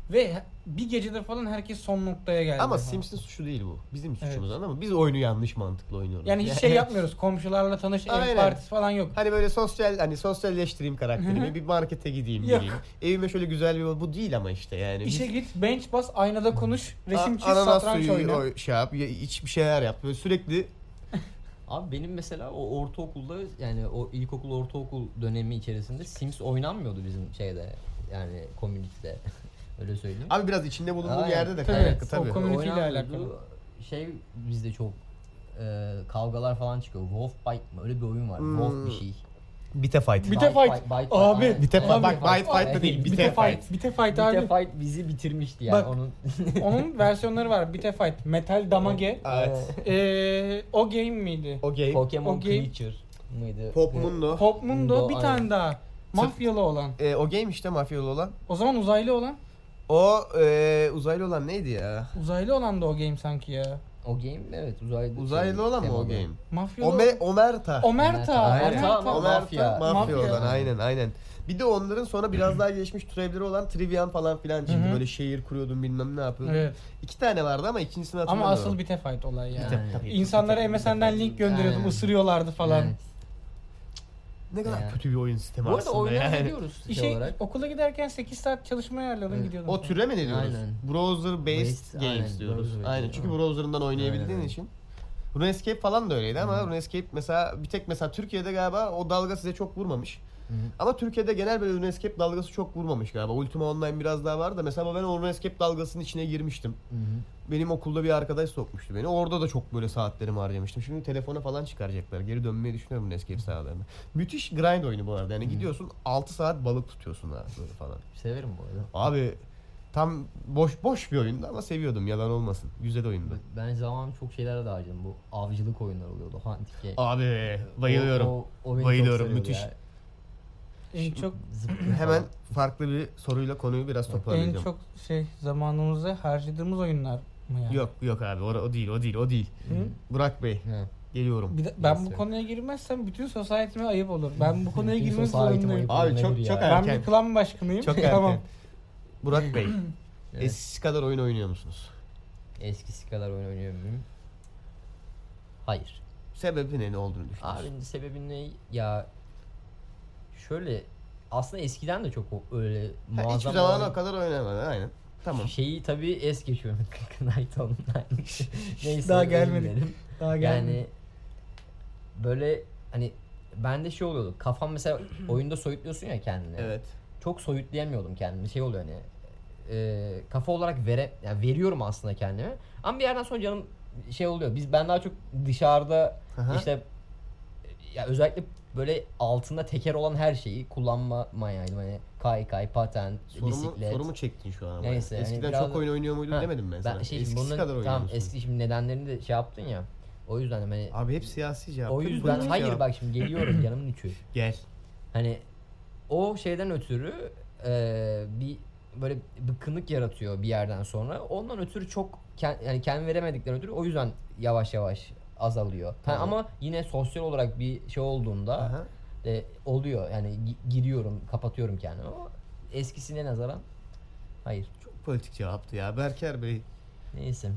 Ve bir gecede falan herkes son noktaya geldi. Ama falan. Sims'in suçu değil bu. Bizim suçumuz, Evet. anladın mı? Biz oyunu yanlış mantıklı oynuyoruz. Yani hiç şey yapmıyoruz. Komşularla tanış, ev Aynen. partisi falan yok. Hani böyle sosyal, hani sosyalleştireyim karakterimi, Hı hı. bir markete gideyim, Yok. gireyim. Evime şöyle güzel bir, bu değil ama işte yani. İşe Biz- git, bench bas, aynada konuş, resim A- çiz, ananas satranç suyu oyna. o şey yap, ya iç bir şeyler yap. Böyle sürekli Abi benim mesela o ortaokulda yani o ilkokul ortaokul dönemi içerisinde Sims oynanmıyordu bizim şeyde yani community'de. Öyle söyleyeyim. abi biraz içinde bulunduğum Aynen. yerde de Tabii, kaynaklı o tabii. community ile Oynanmıyordu. alakalı. Şey bizde çok e, kavgalar falan çıkıyor. Wolf Bite mı? Öyle bir oyun var. Hmm. Wolf bir şey. Bite fight. Bite Bite fight. fight, bite fight. Abi, Aynen. Bite fight. Abi, Bak bite fight da değil. Bite, Bite fight. fight. Bite fight Bite abi. fight bizi bitirmişti yani Bak. onun. Onun versiyonları var. Bite fight, Metal Damage. Evet. Ee, o game miydi? O game. Pokemon O game- Creature mıydı? Pop Mundo. Pop Mundo, Mundo, bir aynen. tane daha. Mafyalı olan. E, o game işte mafyalı olan. O zaman uzaylı olan. O e, uzaylı olan neydi ya? Uzaylı olan da o game sanki ya. O game evet uzaylı. Uzaylı şey, olan mı o temalı. game? Mafyalı. Ome, Omerta. Omerta. Aynen. Omerta. Ama Omerta, mafya. mafya, Mafya. olan aynen aynen. Bir de onların sonra biraz daha gelişmiş türevleri olan Trivian falan filan çıktı. Hı hı. Böyle şehir kuruyordum bilmem ne yapıyordum. Evet. İki tane vardı ama ikincisini Ama hatırlamıyorum. asıl Bite fight olay yani. Yani. Tabii, İnsanlara tabii, M S N'den tabii. link gönderiyordum, Aynen. ısırıyorlardı falan. Evet. Ne kadar Yani. kötü bir oyun sistemi Bu arada aslında oynayabiliyoruz yani. şey İşe olarak. okula giderken sekiz saat çalışmaya ayarladın Evet. gidiyordun. O falan. türe mi ne diyoruz? Aynen. Browser based Based, games aynen, diyoruz. browser Aynen based, çünkü aynen. browser'ından oynayabildiğin Aynen. için. RuneScape falan da öyleydi ama RuneScape mesela bir tek mesela Türkiye'de galiba o dalga size çok vurmamış. Hı hı. Ama Türkiye'de genel böyle RuneScape dalgası çok vurmamış galiba. Ultima Online biraz daha var da mesela ben o RuneScape dalgasının içine girmiştim. Hı hı. Benim okulda bir arkadaş sokmuştu beni. Orada da çok böyle saatlerimi harcamıştım. Şimdi telefona falan çıkaracaklar. Geri dönmeyi düşünüyorum RuneScape sahalarına. Müthiş grind oyunu bu arada. Yani gidiyorsun altı saat balık tutuyorsun ha böyle falan. Severim bu arada. Abi tam boş boş bir oyundu ama seviyordum yalan olmasın. Güzel oyundu. Ben zaman çok şeylere de harcadım. Bu avcılık oyunları oluyordu. Hunting game. Abi bayılıyorum. O, o, o beni Bayılıyorum, çok sarıyordu müthiş. ya. En çok Zıplıyor Hemen falan. farklı bir soruyla konuyu biraz en toparlayacağım. çok şey zamanımızı harcadığımız oyunlar mı yani? Yok yok abi o, o değil o değil o değil. Hı? Burak Bey He. geliyorum. Bir de, ben Neyse. bu konuya girmezsem bütün society'me ayıp olur. Ben bu konuya Bütün girmek society'me zorundayım. ayıp. Abi çok Nedir çok ya? Ben erken. bir klan başkanıyım. Çok erken. Tamam. Burak Bey Evet. eskisi kadar oyun oynuyor musunuz? Eskisi kadar oyun oynuyor muyum? Hayır. Sebebi ne, ne olduğunu düşünüyorsun? Abi sebebin ne? Ya şöyle aslında eskiden de çok o- öyle Ha, muazzam hiçbir zaman oyun- o kadar oynamadı aynen. Tamam. Şeyi tabii es geçiyorum. Knight Online. Neyse. Daha özür gelmedik. dilerim. Daha gelmedi. Yani böyle hani bende şey oluyordu. Kafam mesela oyunda soyutluyorsun ya kendini. Evet. Çok soyutlayamıyordum kendimi. Şey oluyor hani e, kafa olarak vere yani veriyorum aslında kendime. Ama bir yerden sonra canım şey oluyor. Biz ben daha çok dışarıda Aha. işte ya özellikle böyle altında teker olan her şeyi kullanmayaydım. Hani kay kay, paten, Sorumu, bisiklet. sorumu çektin şu an ama. Neyse, hani Eskiden biraz çok da- oyun oynuyor muydun Ha, demedim ben sana. Ben şey Eskisi bunların kadar oynuyor tamam musun? eski şimdi nedenlerini de şey yaptın ya. O yüzden hani Abi hep siyasi cevap. o hep yüzden politik hayır cevap. bak şimdi geliyorum canımın içi. Gel. Hani o şeyden ötürü e, bir böyle bıkkınlık yaratıyor bir yerden sonra. Ondan ötürü çok kend, yani kendi veremedikleri ötürü o yüzden yavaş yavaş azalıyor. Ha, Tamam. ama yine sosyal olarak bir şey olduğunda Aha. e, oluyor. Yani gi- giriyorum, kapatıyorum kendimi ama eskisine nazaran hayır. Çok politik cevaptı ya. Berker Bey. Neyse.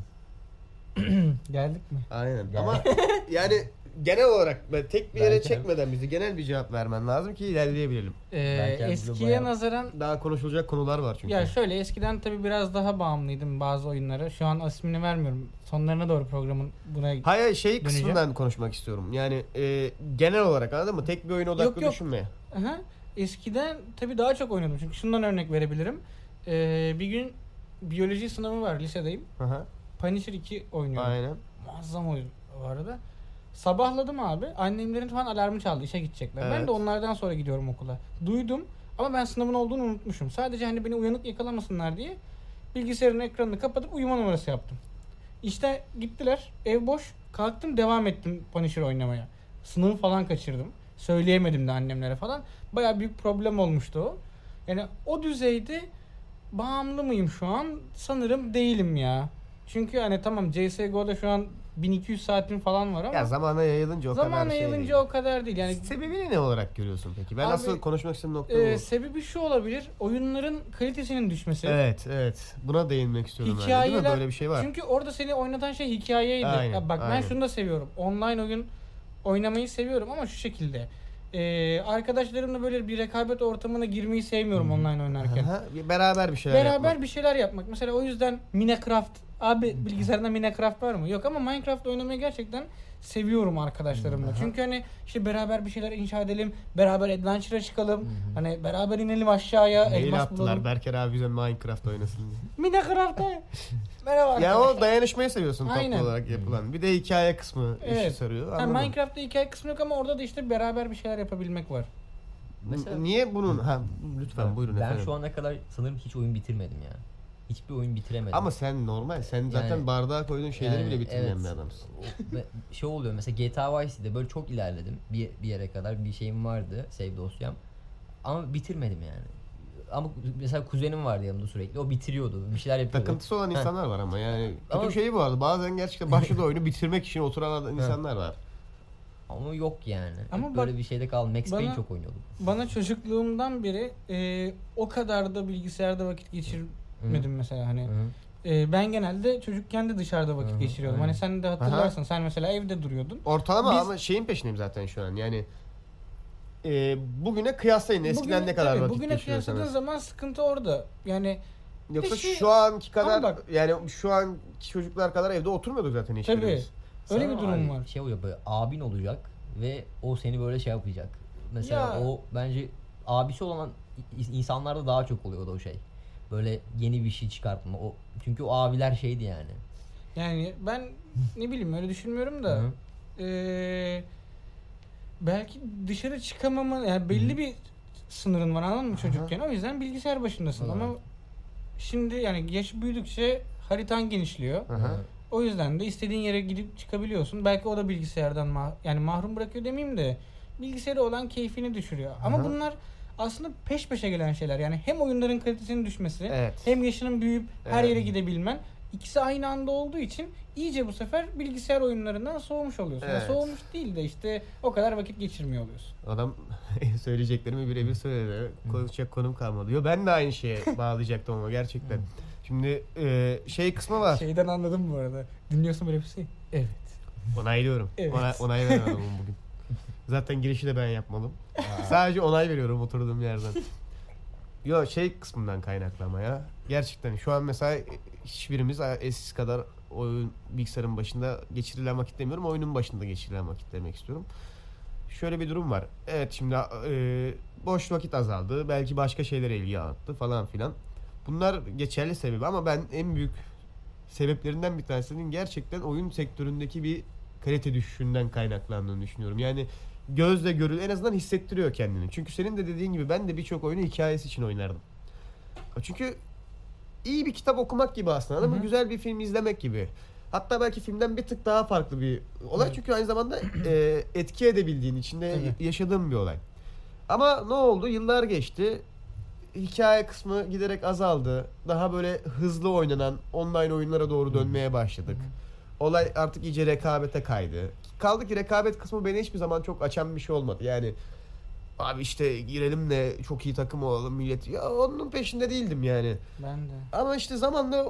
Geldik mi? Aynen. Yani. Ama yani genel olarak böyle tek bir yere Berker- çekmeden bizi genel bir cevap vermen lazım ki ilerleyebilelim. Ee, Belki eskiye bayağı- nazaran Daha konuşulacak konular var çünkü. ya şöyle eskiden tabii biraz daha bağımlıydım bazı oyunlara. Şu an ismini vermiyorum. Sonlarına doğru programın buna Hayır şey Döneceğim. kısmından konuşmak istiyorum. Yani e, genel olarak anladın mı? Tek bir oyun odaklı Yok, yok. düşünme. Aha. Eskiden tabii daha çok oynadım. Çünkü şundan örnek verebilirim. Ee, bir gün biyoloji sınavı var, lisedeyim. Aha. Punisher iki oynuyorum. Aynen. Muazzam oyun bu arada. Sabahladım abi. Annemlerin falan alarmı çaldı. İşe gidecekler. Ben Evet. de onlardan sonra gidiyorum okula. Duydum ama ben sınavın olduğunu unutmuşum. Sadece hani beni uyanık yakalamasınlar diye bilgisayarın ekranını kapatıp uyuma numarası yaptım. İşte gittiler. Ev boş. Kalktım devam ettim Punisher oynamaya. Sınavı falan kaçırdım. Söyleyemedim de annemlere falan. Baya büyük problem olmuştu o. Yani o düzeyde bağımlı mıyım şu an? Sanırım değilim ya. Çünkü hani tamam C S G O'da şu an bin iki yüz saatin falan var ama Ya zamana yayılınca o kadar zamana şey yayılınca değil. o kadar değil. Yani Sebebini ne olarak görüyorsun peki? Ben Abi, asıl konuşmak istediğim nokta e, bu. sebebi şu olabilir. Oyunların kalitesinin düşmesi. Evet, evet. Buna değinmek istiyorum ben. de, Değil mi? Böyle bir şey var. Çünkü orada seni oynatan şey hikayeydi. Aynen, Ya bak ben aynen. şunu da seviyorum. Online oyun oynamayı seviyorum ama şu şekilde. Ee, arkadaşlarımla böyle bir rekabet ortamına girmeyi sevmiyorum online oynarken. Aha, bir beraber bir şeyler Beraber yapmak. bir şeyler yapmak. Mesela o yüzden Minecraft. Abi bilgisayarında Minecraft var mı? Yok ama Minecraft oynamayı gerçekten seviyorum arkadaşlarımla. Aha. Çünkü hani işte beraber bir şeyler inşa edelim. Beraber adventure'a çıkalım. Hani beraber inelim aşağıya. Mail elmas attılar bulalım. Berker abi bize Minecraft oynasın diye. Minecraft'ta. Merhaba Ya arkadaşlar. o dayanışmayı seviyorsun toplu Aynen. olarak yapılan. Bir de hikaye kısmı işi Evet. sarıyor. Yani Anladım. Minecraft'ta hikaye kısmı yok ama orada da işte beraber bir şeyler yapabilmek var. Mesela Niye bunun? Ha lütfen ben, buyurun ben efendim. şu ana kadar sanırım hiç oyun bitirmedim ya. Hiçbir oyun bitiremedim. Ama sen normal. Sen zaten Yani- bardağa koyduğun şeyleri Yani bile bitirmeyen evet. bir adamsın. O- ve şey oluyor mesela G T A Vice City'de böyle çok ilerledim. Bir, bir yere kadar bir şeyim vardı. Save dosyam. Ama bitirmedim yani. Ama mesela kuzenim vardı yanımda sürekli. O bitiriyordu. Bir şeyler yapıyordu. Takıntısı olan Ha. insanlar var ama yani kötü Ama- bir şey bu arada. Bazen gerçekten başladığı oyunu bitirmek için oturan insanlar var. Ama yok yani. Ama Hep bak- böyle bir şeyde kaldım. Max Payne bana- çok oynuyordum. Bana çocukluğumdan beri e, o kadar da bilgisayarda vakit geçirmedim mesela hani. Hı. E, ben genelde çocukken de dışarıda vakit Hı hı, geçiriyordum. aynen. Hani sen de hatırlarsın. Sen mesela evde duruyordun. Ortalama Biz- ama şeyin peşindeyim zaten şu an. Yani e, bugüne kıyaslayın eskiden Bugüne- ne kadar tabii, vakit Bugüne kıyasladığın geçiriyorsanız. zaman sıkıntı orada. Yani Yoksa şey- şu anki kadar Ama bak- yani şu anki çocuklar kadar evde oturmuyorduk zaten hiçbirimiz. Tabii. Öyle Sana bir durum abi var. Şey oluyor böyle abin olacak ve o seni böyle şey yapacak. Mesela Ya. o bence abisi olan i- insanlarda daha çok oluyordu o şey. Böyle yeni bir şey çıkartma. O çünkü o abiler şeydi yani. Yani ben ne bileyim öyle düşünmüyorum da. Hı. Eee belki dışarı çıkamama yani belli bir sınırın var anladın mı çocukken? O yüzden bilgisayar başındasın Evet. ama şimdi yani yaş büyüdükçe haritan genişliyor. Aha. O yüzden de istediğin yere gidip çıkabiliyorsun. Belki o da bilgisayardan ma- yani mahrum bırakıyor demeyeyim de bilgisayara olan keyfini düşürüyor. Ama Aha. bunlar aslında peş peşe gelen şeyler. Yani hem oyunların kalitesinin düşmesi, Evet. hem yaşının büyüyüp her Evet. yere gidebilmen. İkisi aynı anda olduğu için iyice bu sefer bilgisayar oyunlarından soğumuş oluyorsun. Yani Evet. soğumuş değil de işte o kadar vakit geçirmiyor oluyorsun. Adam söyleyeceklerimi birebir söyledi. Konuşacak konum kalmadı. Yo ben de aynı şeye bağlayacaktım ama gerçekten. Şimdi e, şey kısmı var. Şeyden anladım bu arada. Dinliyorsun böyle bir şey. Evet. Onaylıyorum. Evet. Ona, onay veren adamım bugün. Zaten girişi de ben yapmadım. Sadece onay veriyorum oturduğum yerden. Yo şey kısmından kaynaklı ya. Gerçekten şu an mesela hiçbirimiz eskisi kadar oyun bilgisayarın başında geçirilen vakit demiyorum. Oyunun başında geçirilen vakit demek istiyorum. Şöyle bir durum var. Evet şimdi e, boş vakit azaldı. Belki başka şeylere ilgi arttı falan filan. Bunlar geçerli sebebi ama ben en büyük sebeplerinden bir tanesinin gerçekten oyun sektöründeki bir kalite düşüşünden kaynaklandığını düşünüyorum. Yani gözle görül en azından hissettiriyor kendini. Çünkü senin de dediğin gibi ben de birçok oyunu hikayesi için oynardım. Çünkü iyi bir kitap okumak gibi aslında ama Hı hı. güzel bir film izlemek gibi. Hatta belki filmden bir tık daha farklı bir olay Evet. çünkü aynı zamanda e, etki edebildiğin, içinde Tabii. yaşadığın bir olay. Ama ne oldu? Yıllar geçti. Hikaye kısmı giderek azaldı. Daha böyle hızlı oynanan online oyunlara doğru dönmeye başladık. Olay artık iyice rekabete kaydı. Kaldı ki rekabet kısmı beni hiçbir zaman çok açan bir şey olmadı. Yani abi işte girelim de çok iyi takım olalım millet. Ya onun peşinde değildim yani. Ben de. Ama işte zamanla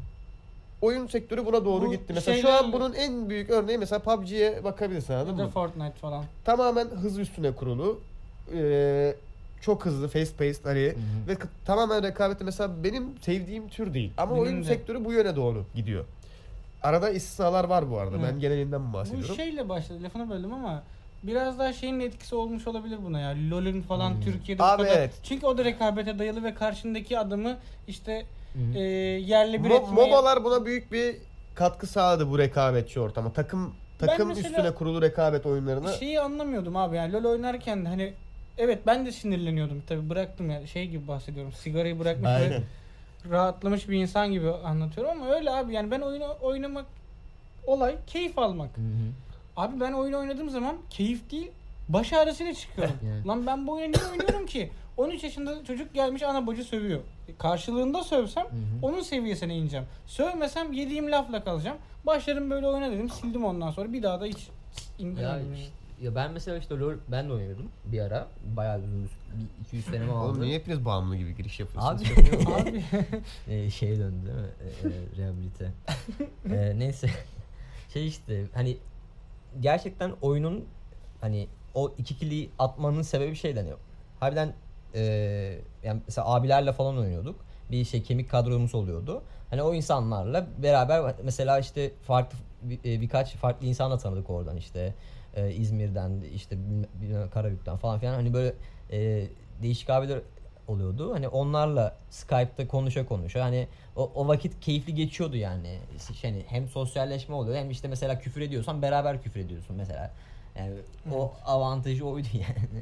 oyun sektörü buna doğru Bu gitti. Mesela şu şeylerle- an bunun en büyük örneği mesela P U B G'ye bakabilirsin anladın Ya da mı? Fortnite falan. Tamamen hız üstüne kurulu. Ee, çok hızlı, fast paced hani ve k- tamamen rekabette mesela benim sevdiğim tür değil. Ama Benim oyun de. sektörü bu yöne doğru gidiyor. Arada istisnalar var bu arada. Hı. Ben genelinden mi Bu bahsediyorum? şeyle başladı. Lafını böldüm ama biraz daha şeyin etkisi olmuş olabilir buna ya. LoL'ün falan Hmm. Türkiye'de Abi bu kadar. evet. Çünkü o da rekabete dayalı ve karşındaki adamı işte Hı hı. e, yerli bir Mo- etmeye... MOBA'lar buna büyük bir katkı sağladı bu rekabetçi ortama. Takım takım mesela üstüne kurulu rekabet oyunlarına. Şeyi anlamıyordum abi yani LoL oynarken de hani evet ben de sinirleniyordum tabii bıraktım yani şey gibi bahsediyorum sigarayı bırakmış Aynen. ve rahatlamış bir insan gibi anlatıyorum ama öyle abi yani ben oyunu oynamak olay keyif almak. Hı hı. Abi ben oyun oynadığım zaman keyif değil baş ağrısıyla çıkıyorum. Yani. Lan ben bu oyunu niye oynuyorum ki? on üç yaşında çocuk gelmiş ana bacı sövüyor. Karşılığında sövsem Hı hı. onun seviyesine ineceğim. Sövmesem yediğim lafla kalacağım. Başlarım böyle oyuna dedim. Sildim ondan sonra. Bir daha da hiç Ya, indirmedim. işte- ya ben mesela işte LoL ben de oynuyordum bir ara. Bayağı uzun bir iki yüz senemi aldı. Oğlum niye hepiniz bağımlı gibi giriş yapıyorsunuz? Abi Abi e, şeye döndü değil mi? E, e, rehabilite. E, neyse. Şey işte hani gerçekten oyunun hani o iki kili atmanın sebebi şeyden yok. Harbiden e, yani mesela abilerle falan oynuyorduk. Bir şey kemik kadromuz oluyordu. Hani o insanlarla beraber mesela işte farklı bir, e, birkaç farklı insanla tanıdık oradan işte e, İzmir'den işte bilmem, Karabük'ten falan filan hani böyle e, değişik abiler oluyordu. Hani onlarla Skype'ta konuşa konuşa hani o, o vakit keyifli geçiyordu yani. Şey, hem sosyalleşme oluyor hem işte mesela küfür ediyorsan beraber küfür ediyorsun mesela. Yani o avantajı oydu yani.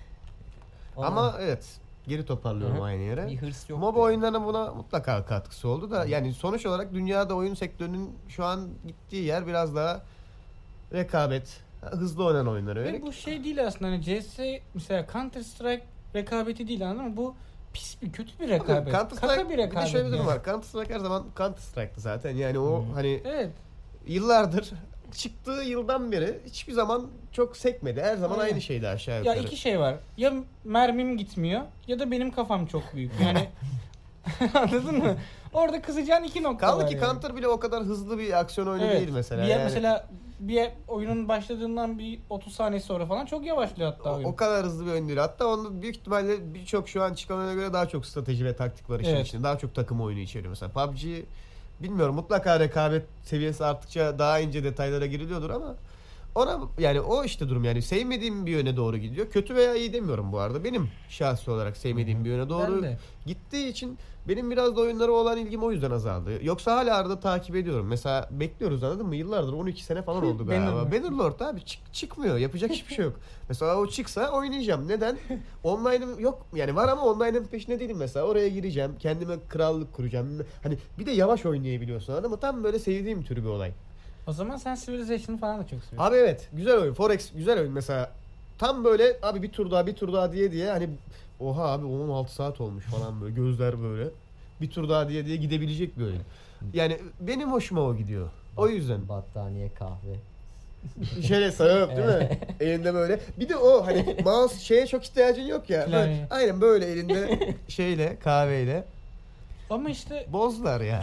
Ama evet geri toparlıyorum Hı hı. aynı yere. bir hırs yok. MOBA oyunlarının buna mutlaka katkısı oldu da yani sonuç olarak dünyada oyun sektörünün şu an gittiği yer biraz daha rekabet, hızlı oynanan oyunlara ve yönelik. bu şey değil aslında. Hani C S mesela Counter Strike rekabeti değil anladın mı? Bu pis bir kötü bir rekabet. Counter Kaka Strike bir bir de rekabet. şöyle bir durum yani. var. Counter Strike her zaman Counter Strike'tı zaten. Yani o Hı. hani Evet. yıllardır çıktığı yıldan beri hiçbir zaman çok sekmedi. Her zaman Aynen. aynı şeydi aşağı Ya yukarı. iki şey var. Ya mermim gitmiyor ya da benim kafam çok büyük. Yani anladın mı? Orada kızacağın iki nokta Kaldı var ki yani. Counter bile o kadar hızlı bir aksiyon oyunu Evet. değil mesela. Bir yani. mesela bir oyunun başladığından bir otuz saniye sonra falan çok yavaşlıyor hatta O, oyun. o kadar hızlı bir oyun değil. Hatta onda büyük ihtimalle birçok şu an çıkan oyuna göre daha çok strateji ve taktik var işin Evet. içinde. Daha çok takım oyunu içeriyor mesela. P U B G bilmiyorum mutlaka rekabet seviyesi arttıkça daha ince detaylara giriliyordur ama ona yani o işte durum yani sevmediğim bir yöne doğru gidiyor. Kötü veya iyi demiyorum bu arada. Benim şahsi olarak sevmediğim bir yöne doğru Ben de. gittiği için benim biraz da oyunlara olan ilgim o yüzden azaldı. Yoksa hala arada takip ediyorum. Mesela bekliyoruz anladın mı? Yıllardır on iki sene falan oldu galiba. Bannerlord. Bannerlord abi çık- çıkmıyor. Yapacak hiçbir şey yok. Mesela o çıksa oynayacağım. Neden? Online'ım yok. Yani var ama online'ın peşinde değilim mesela. Oraya gireceğim. Kendime krallık kuracağım. Hani bir de yavaş oynayabiliyorsun anladın mı? Tam böyle sevdiğim tür bir olay. O zaman sen Civilization'ı falan da çok seviyorsun. Abi evet. Güzel oyun. Forex güzel oyun mesela. Tam böyle abi bir tur daha bir tur daha diye diye hani oha abi on altı saat olmuş falan böyle gözler böyle. Bir tur daha diye diye gidebilecek bir oyun. Yani benim hoşuma o gidiyor. O yüzden. Battaniye kahve. Şöyle sarılıp değil mi? Elinde böyle. Bir de o hani mouse şeye çok ihtiyacın yok ya. Böyle, Klavye. aynen böyle elinde şeyle kahveyle. Ama işte Bozdular ya.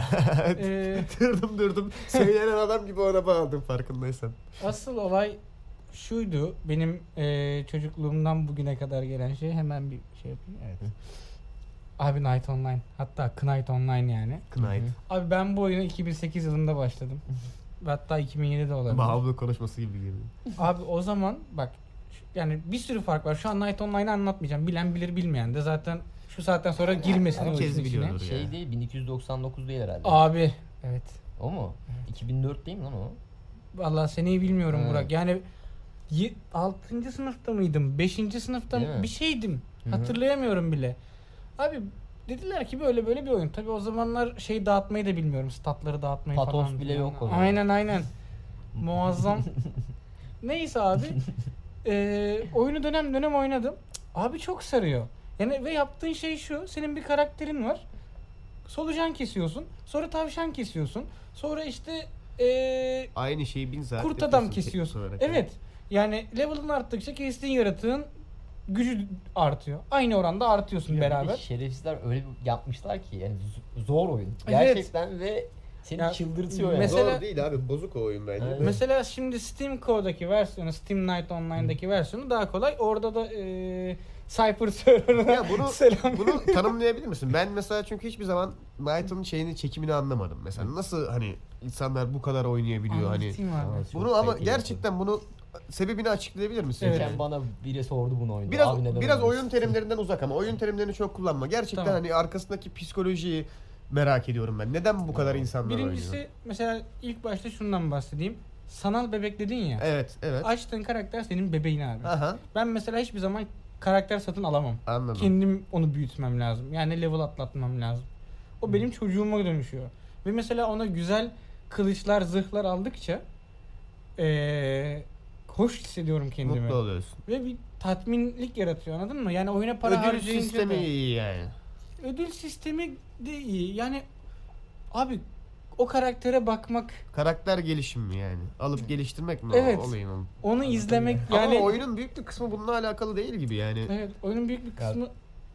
e, durdum durdum. Söylenen adam gibi ona bağladım farkındaysan. asıl olay şuydu. Benim e, çocukluğumdan bugüne kadar gelen şey hemen bir şey yapayım. Evet. Abi Night Online. Hatta Knight Online yani. Knight. Abi ben bu oyuna iki bin sekiz yılında başladım. Hatta iki bin yedide olabilir. Bağımlı konuşması gibi geliyor. Abi o zaman bak şu- yani bir sürü fark var. Şu an Night Online'ı anlatmayacağım. Bilen bilir bilmeyen de zaten şu saatten sonra girmesin o Herkes işin içine. biliyordur. Şey ya. değil bin iki yüz doksan dokuz değil herhalde. Abi evet. O mu? iki bin dört değil mi lan o? Vallahi seneyi bilmiyorum Evet. Burak. Yani altıncı sınıfta mıydım? beşinci sınıfta Değil mi? mı? Bir şeydim. Hı hı. Hatırlayamıyorum bile. Abi dediler ki böyle böyle bir oyun. Tabii o zamanlar şey dağıtmayı da bilmiyorum. Statları dağıtmayı Patos falan. bile filan. yok o zaman. Aynen aynen. Muazzam. Neyse abi. Ee, oyunu dönem dönem oynadım. Abi çok sarıyor. Yani ve yaptığın şey şu. Senin bir karakterin var. Solucan kesiyorsun. Sonra tavşan kesiyorsun. Sonra işte ee, Aynı şeyi bin saat kurt adam yapıyorsun kesiyorsun. teknik olarak. Evet. Yani level'ın arttıkça kestiğin yaratığın gücü artıyor. Aynı oranda artıyorsun Ya bir de beraber. şerefsizler öyle bir yapmışlar ki yani z- zor oyun. Evet. Gerçekten ve seni Ya, çıldırtıyor yani. mesela- Zor değil abi bozuk o oyun bence. Evet. Mesela şimdi Steam Co'daki versiyonu, Steam Night Online'daki versiyonu daha kolay. Orada da eee Cypher server'ına Ya bunu selam. bunu tanımlayabilir misin? Ben mesela çünkü hiçbir zaman Knight'ın şeyini çekimini anlamadım. Mesela nasıl hani insanlar bu kadar oynayabiliyor hani. Anlatayım abi. Aa, çok Bunu ama kaliteli gerçekten bunu sebebini açıklayabilir misin? Evet. Geçen Yani? bana biri sordu bunu oyunda. Biraz Abi neden biraz oynuyorsun? oyun terimlerinden uzak ama oyun terimlerini çok kullanma. Gerçekten Tamam. hani arkasındaki psikolojiyi merak ediyorum ben. Neden bu kadar Tamam. insanlar Birincisi oynuyor? mesela ilk başta şundan bahsedeyim. Sanal bebek dedin ya. Evet, evet. Açtığın karakter senin bebeğin abi. Aha, Ben mesela hiçbir zaman karakter satın alamam. anladım. Kendim onu büyütmem lazım. Yani level atlatmam lazım. O benim çocuğuma dönüşüyor. Ve mesela ona güzel kılıçlar, zırhlar aldıkça ee, hoş hissediyorum kendimi. Mutlu oluyorsun. Ve bir tatminlik yaratıyor, anladın mı? Yani oyuna para Ödül harcayınca sistemi da- iyi yani. Ödül sistemi de iyi. Yani abi o karaktere bakmak, Karakter gelişimi yani. Alıp geliştirmek mi Evet. o olayın onun? onu izlemek yani Ama oyunun büyük bir kısmı bununla alakalı değil gibi yani. evet, oyunun büyük bir Ya- kısmı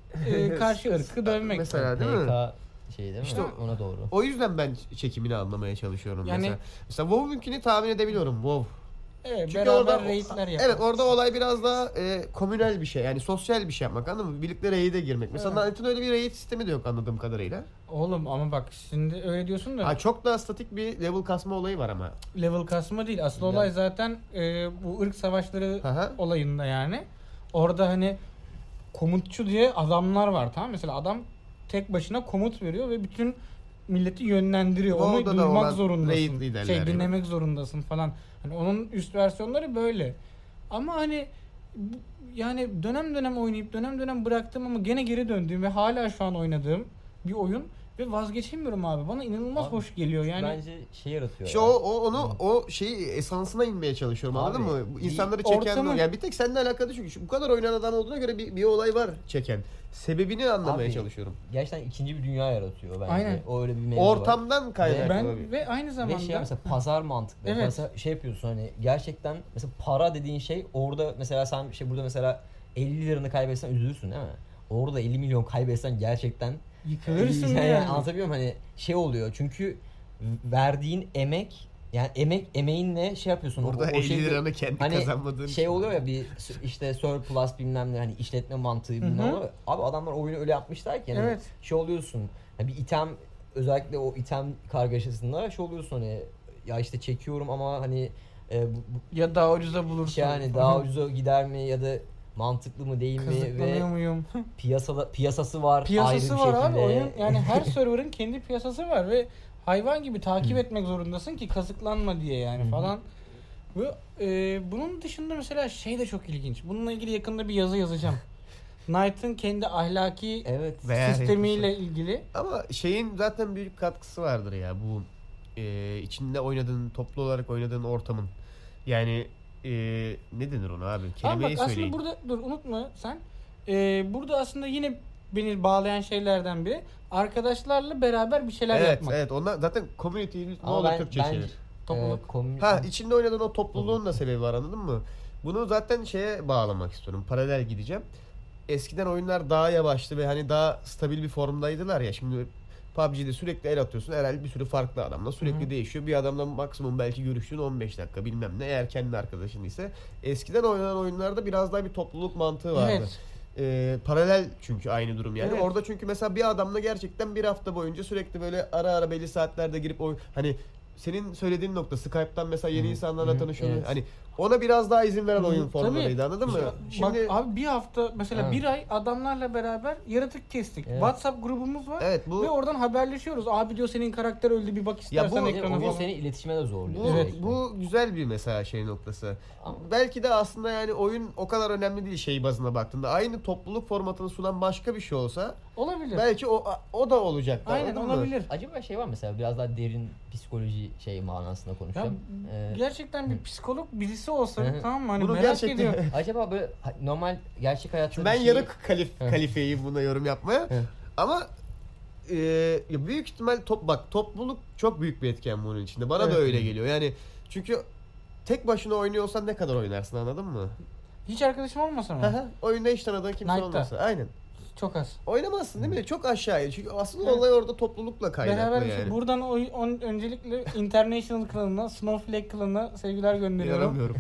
e, karşı ırkı dövmek. Mesela değil mi? P K şey değil mi? İşte ona doğru. O yüzden ben çekimini anlamaya çalışıyorum Yani- mesela. Mesela WoW'unkini tahmin edebiliyorum. WoW. Evet, Çünkü beraber orada raidler yapmak. evet orada olay biraz daha e, komünel bir şey. Yani sosyal bir şey yapmak, anladın mı? Birlikte raid'e girmek. Mesela Evet. Knight'ın öyle bir raid sistemi de yok anladığım kadarıyla. Oğlum ama bak şimdi öyle diyorsun da Ha, çok daha statik bir level kasma olayı var ama. level kasma değil. Asıl Ya- olay zaten e, bu ırk savaşları Hı hı. olayında yani. Orada hani komutçu diye adamlar var, tamam mı? Mesela adam tek başına komut veriyor ve bütün milleti yönlendiriyor. Onu WoW'da da olan duymak raid zorundasın. liderler Şey gibi. dinlemek zorundasın falan. Hani onun üst versiyonları böyle. Ama hani bu- yani dönem dönem oynayıp dönem dönem bıraktım ama gene geri döndüğüm ve hala şu an oynadığım bir oyun ve vazgeçemiyorum abi. Bana inanılmaz Abi, hoş geliyor yani. Bence şey yaratıyor. İşte ya. o, o onu o şeyi esansına inmeye çalışıyorum, Abi, anladın mı? Bu bir İnsanları çeken ortamı- o. Yani bir tek seninle alakalı çünkü şu- bu kadar oynayan adam olduğuna göre bir, bir olay var çeken. Sebebini anlamaya Abi, çalışıyorum. Gerçekten ikinci bir dünya yaratıyor bence. Aynen. O öyle bir mevzu var. Ortamdan kaynaklı. ben olabilir. ve aynı Ve zamanda şey mesela pazar mantıklı. Evet. Mesela şey yapıyorsun hani gerçekten mesela para dediğin şey orada mesela sen şey burada mesela elli liranı kaybetsen üzülürsün değil mi? Orada elli milyon kaybetsen gerçekten yıkılırsın yani, yani. anlatabiliyor muyum? Hani şey oluyor çünkü verdiğin emek yani emek emeğinle şey yapıyorsun. Orada o, o elli şey- liranı kendi hani kazanmadığın şey için. oluyor ya bir s- işte surplus bilmem ne hani işletme mantığı bilmem Hı ne hı. oluyor. Abi adamlar oyunu öyle yapmışlar ki hani Evet. şey oluyorsun. Hani bir item özellikle o item kargaşasında şey oluyorsun hani ya işte çekiyorum ama hani e, bu, bu Ya daha ucuza bulursun. şey yani daha ucuza gider mi ya da mantıklı mı değil mi Kazıklanıyor ve muyum? piyasada piyasası var Piyasası ayrı bir var abi şekilde. oyun. Yani her server'ın kendi piyasası var ve hayvan gibi takip etmek zorundasın ki kazıklanma diye yani Hı hı. falan. Ve e, bunun dışında mesela şey de çok ilginç. Bununla ilgili yakında bir yazı yazacağım. Knight'ın kendi ahlaki Evet. Veya sistemiyle ilgili. Ama şeyin zaten büyük katkısı vardır ya bu e, içinde oynadığın, toplu olarak oynadığın ortamın. Yani e, ne denir ona abi? Ama Kelimeyi bak söyleyin. aslında burada dur unutma sen. E, burada aslında yine beni bağlayan şeylerden biri arkadaşlarla beraber bir şeyler Evet, yapmak. evet. Onlar zaten community ne Ama olur ben, Türkçe ben çevir. Topluluk. e, komün- Ha, içinde oynadığın o topluluğun da sebebi var, anladın mı? Bunu zaten şeye bağlamak istiyorum. Paralel gideceğim. Eskiden oyunlar daha yavaştı ve hani daha stabil bir formdaydılar ya. Şimdi P U B G'de sürekli el atıyorsun. Herhalde bir sürü farklı adamla sürekli Hı hı. değişiyor. Bir adamla maksimum belki görüştüğün on beş dakika bilmem ne. Eğer kendi arkadaşın ise. Eskiden oynanan oyunlarda biraz daha bir topluluk mantığı vardı. Evet. Ee, paralel çünkü aynı durum yani. Evet. Orada çünkü mesela bir adamla gerçekten bir hafta boyunca sürekli böyle ara ara belli saatlerde girip oy hani senin söylediğin nokta Skype'tan mesela yeni Hı hı. insanlarla Hı hı. tanışıyor. Evet. Hani ona biraz daha izin veren Hı, oyun tabii. formlarıydı, anladın mı? İşte Şimdi bak abi bir hafta mesela Ha. bir ay adamlarla beraber yaratık kestik. Evet. WhatsApp grubumuz var. evet bu Ve oradan haberleşiyoruz. Abi diyor senin karakter öldü bir bak istersen bu- ekrana oyun falan. seni iletişime de zorluyor. bu, Evet. bu güzel bir mesela şey noktası. Ama- Belki de aslında yani oyun o kadar önemli değil şey bazına baktığında. Aynı topluluk formatını sunan başka bir şey olsa Olabilir. belki o o da olacak. Aynen olabilir. Acaba şey var mesela biraz daha derin psikoloji şey manasında Ya, konuşacağım. Ee, gerçekten bir psikolog birisi olsa Hı hı. tamam mı? Hani Bunu merak gerçekten ediyorum. acaba böyle ha- normal gerçek hayatta Şimdi bir ben şey- yarı kalif, Hı. kalifeyim buna yorum yapmaya. Hı. Ama e, ya büyük ihtimal top bak topluluk çok büyük bir etken bunun içinde. Bana da Evet. öyle geliyor. Yani çünkü tek başına oynuyorsan ne kadar oynarsın, anladın mı? Hiç arkadaşım olmasa Hı mı? hı. Oyunda hiç tanıdığın kimse Knight'ta. olmasa. Aynen. Çok az. Oynamazsın değil mi? Çok aşağıya. Çünkü asıl Evet. olay orada toplulukla kaynaklı Beraber bir yani. şey. Buradan o, on, öncelikle International klanına, Snowflake klanına sevgiler gönderiyorum. Yaramıyorum.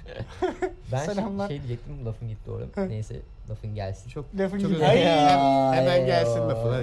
Ben şey- Selamlar. şey diyecektim lafım gitti orada. Neyse lafın gelsin. Çok Lafın çok gitti. özür dilerim. Ay, Hemen ay, gelsin ay. lafı.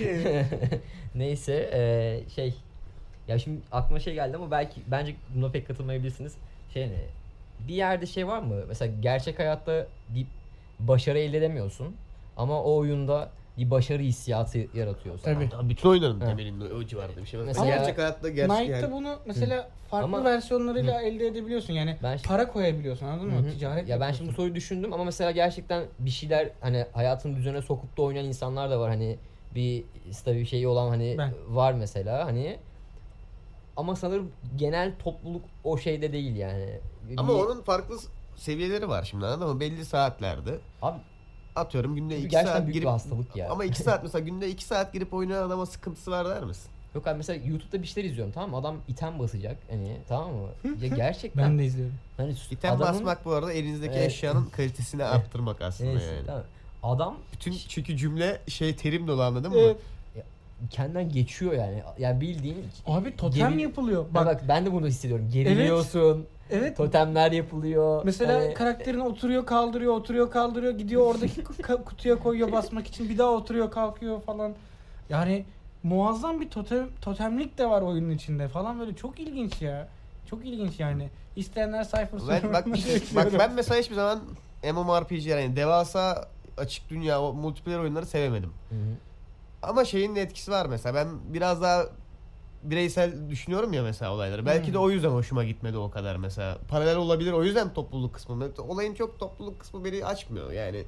Neyse eee, şey ya şimdi aklıma şey geldi ama belki bence buna pek katılmayabilirsiniz. Şey ne? Bir yerde şey var mı? Mesela gerçek hayatta bir başarı elde edemiyorsun ama o oyunda bir başarı hissiyatı yaratıyor sana. Tabii. Tabii bütün oyunların Evet. temelinde o civarda bir şey var. Mesela- gerçek hayatta gerçek Knight'ta yani. bunu mesela farklı Ama- versiyonlarıyla elde edebiliyorsun. Yani Ben şi- para koyabiliyorsun, anladın Hı mı? hı. Ticaret Ya ben yapıyorsun. şimdi bu soruyu düşündüm ama mesela gerçekten bir şeyler hani hayatın düzene sokup da oynayan insanlar da var hani bir stabil şeyi olan hani Ben. var mesela hani ama sanırım genel topluluk o şeyde değil yani. Ama Bir- onun farklı seviyeleri var şimdi, anladın mı? Belli saatlerde. Abi Atıyorum günde iki gerçekten saat büyük girip bir hastalık ya. ama iki saat mesela günde iki saat girip oynayan adama sıkıntısı var der misin? yok abi, mesela YouTube'da bir şeyler izliyorum, tamam mı? Adam item basacak hani, tamam mı? Ya gerçekten Ben de izliyorum. hani İtem adamın- basmak bu arada elinizdeki Evet. eşyanın kalitesini arttırmak aslında Neyse, yani. tamam. Adam Bütün çünkü cümle şey terim dolu, anladın mı? Evet. kendinden geçiyor yani. Yani bildiğin Abi totem Geri- yapılıyor. bak, Bak, bak ben de bunu hissediyorum. Geriliyorsun. evet. Totemler yapılıyor. Mesela Hani- karakterin oturuyor kaldırıyor oturuyor kaldırıyor gidiyor oradaki ka- kutuya koyuyor basmak için bir daha oturuyor kalkıyor falan. Yani muazzam bir totem, totemlik de var oyunun içinde falan, böyle çok ilginç ya. Çok ilginç yani. İsteyenler Cypher Ben, Server'ına bak, işte, bekliyorum. bak ben mesela hiçbir zaman MMORPG yani devasa açık dünya o multiplayer oyunları sevemedim. Hı hı. Ama şeyin de etkisi var mesela. Ben biraz daha bireysel düşünüyorum ya mesela olayları. Belki Hmm. de o yüzden hoşuma gitmedi o kadar mesela. Paralel olabilir, o yüzden topluluk kısmı. Olayın çok topluluk kısmı beni açmıyor yani.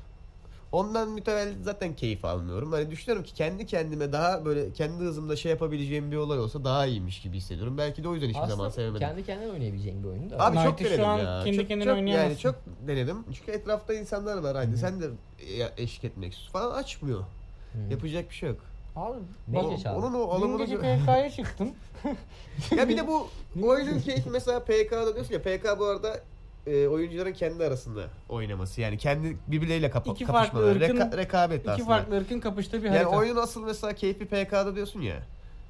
Ondan mütevellit zaten keyif almıyorum. Hani düşünüyorum ki kendi kendime daha böyle kendi hızımda şey yapabileceğim bir olay olsa daha iyiymiş gibi hissediyorum. Belki de o yüzden hiçbir Aslında zaman sevemedim. kendi kendine oynayabileceğin bir oyun da. Abi çok Knight'ı şu denedim an ya. kendi çok, kendine çok, oynayamazsın. yani çok denedim. Çünkü etrafta insanlar var aynı. Sen de eşlik etmek istiyorsun falan, açmıyor. Hı. Yapacak bir şey yok. Abi Ne bak, geç abi? Onun o dün alımını gece gö- P K'ya çıktım. Ya bir de bu oyunun keyfi mesela P K'da diyorsun ya, P K bu arada e, oyuncuların kendi arasında oynaması. Yani kendi birbirleriyle kapa- İki farklı kapışmaları. ırkın- Reka- rekabet İki aslında. farklı ırkın kapıştığı bir Yani harita. oyunun asıl mesela keyfi P K'da diyorsun ya.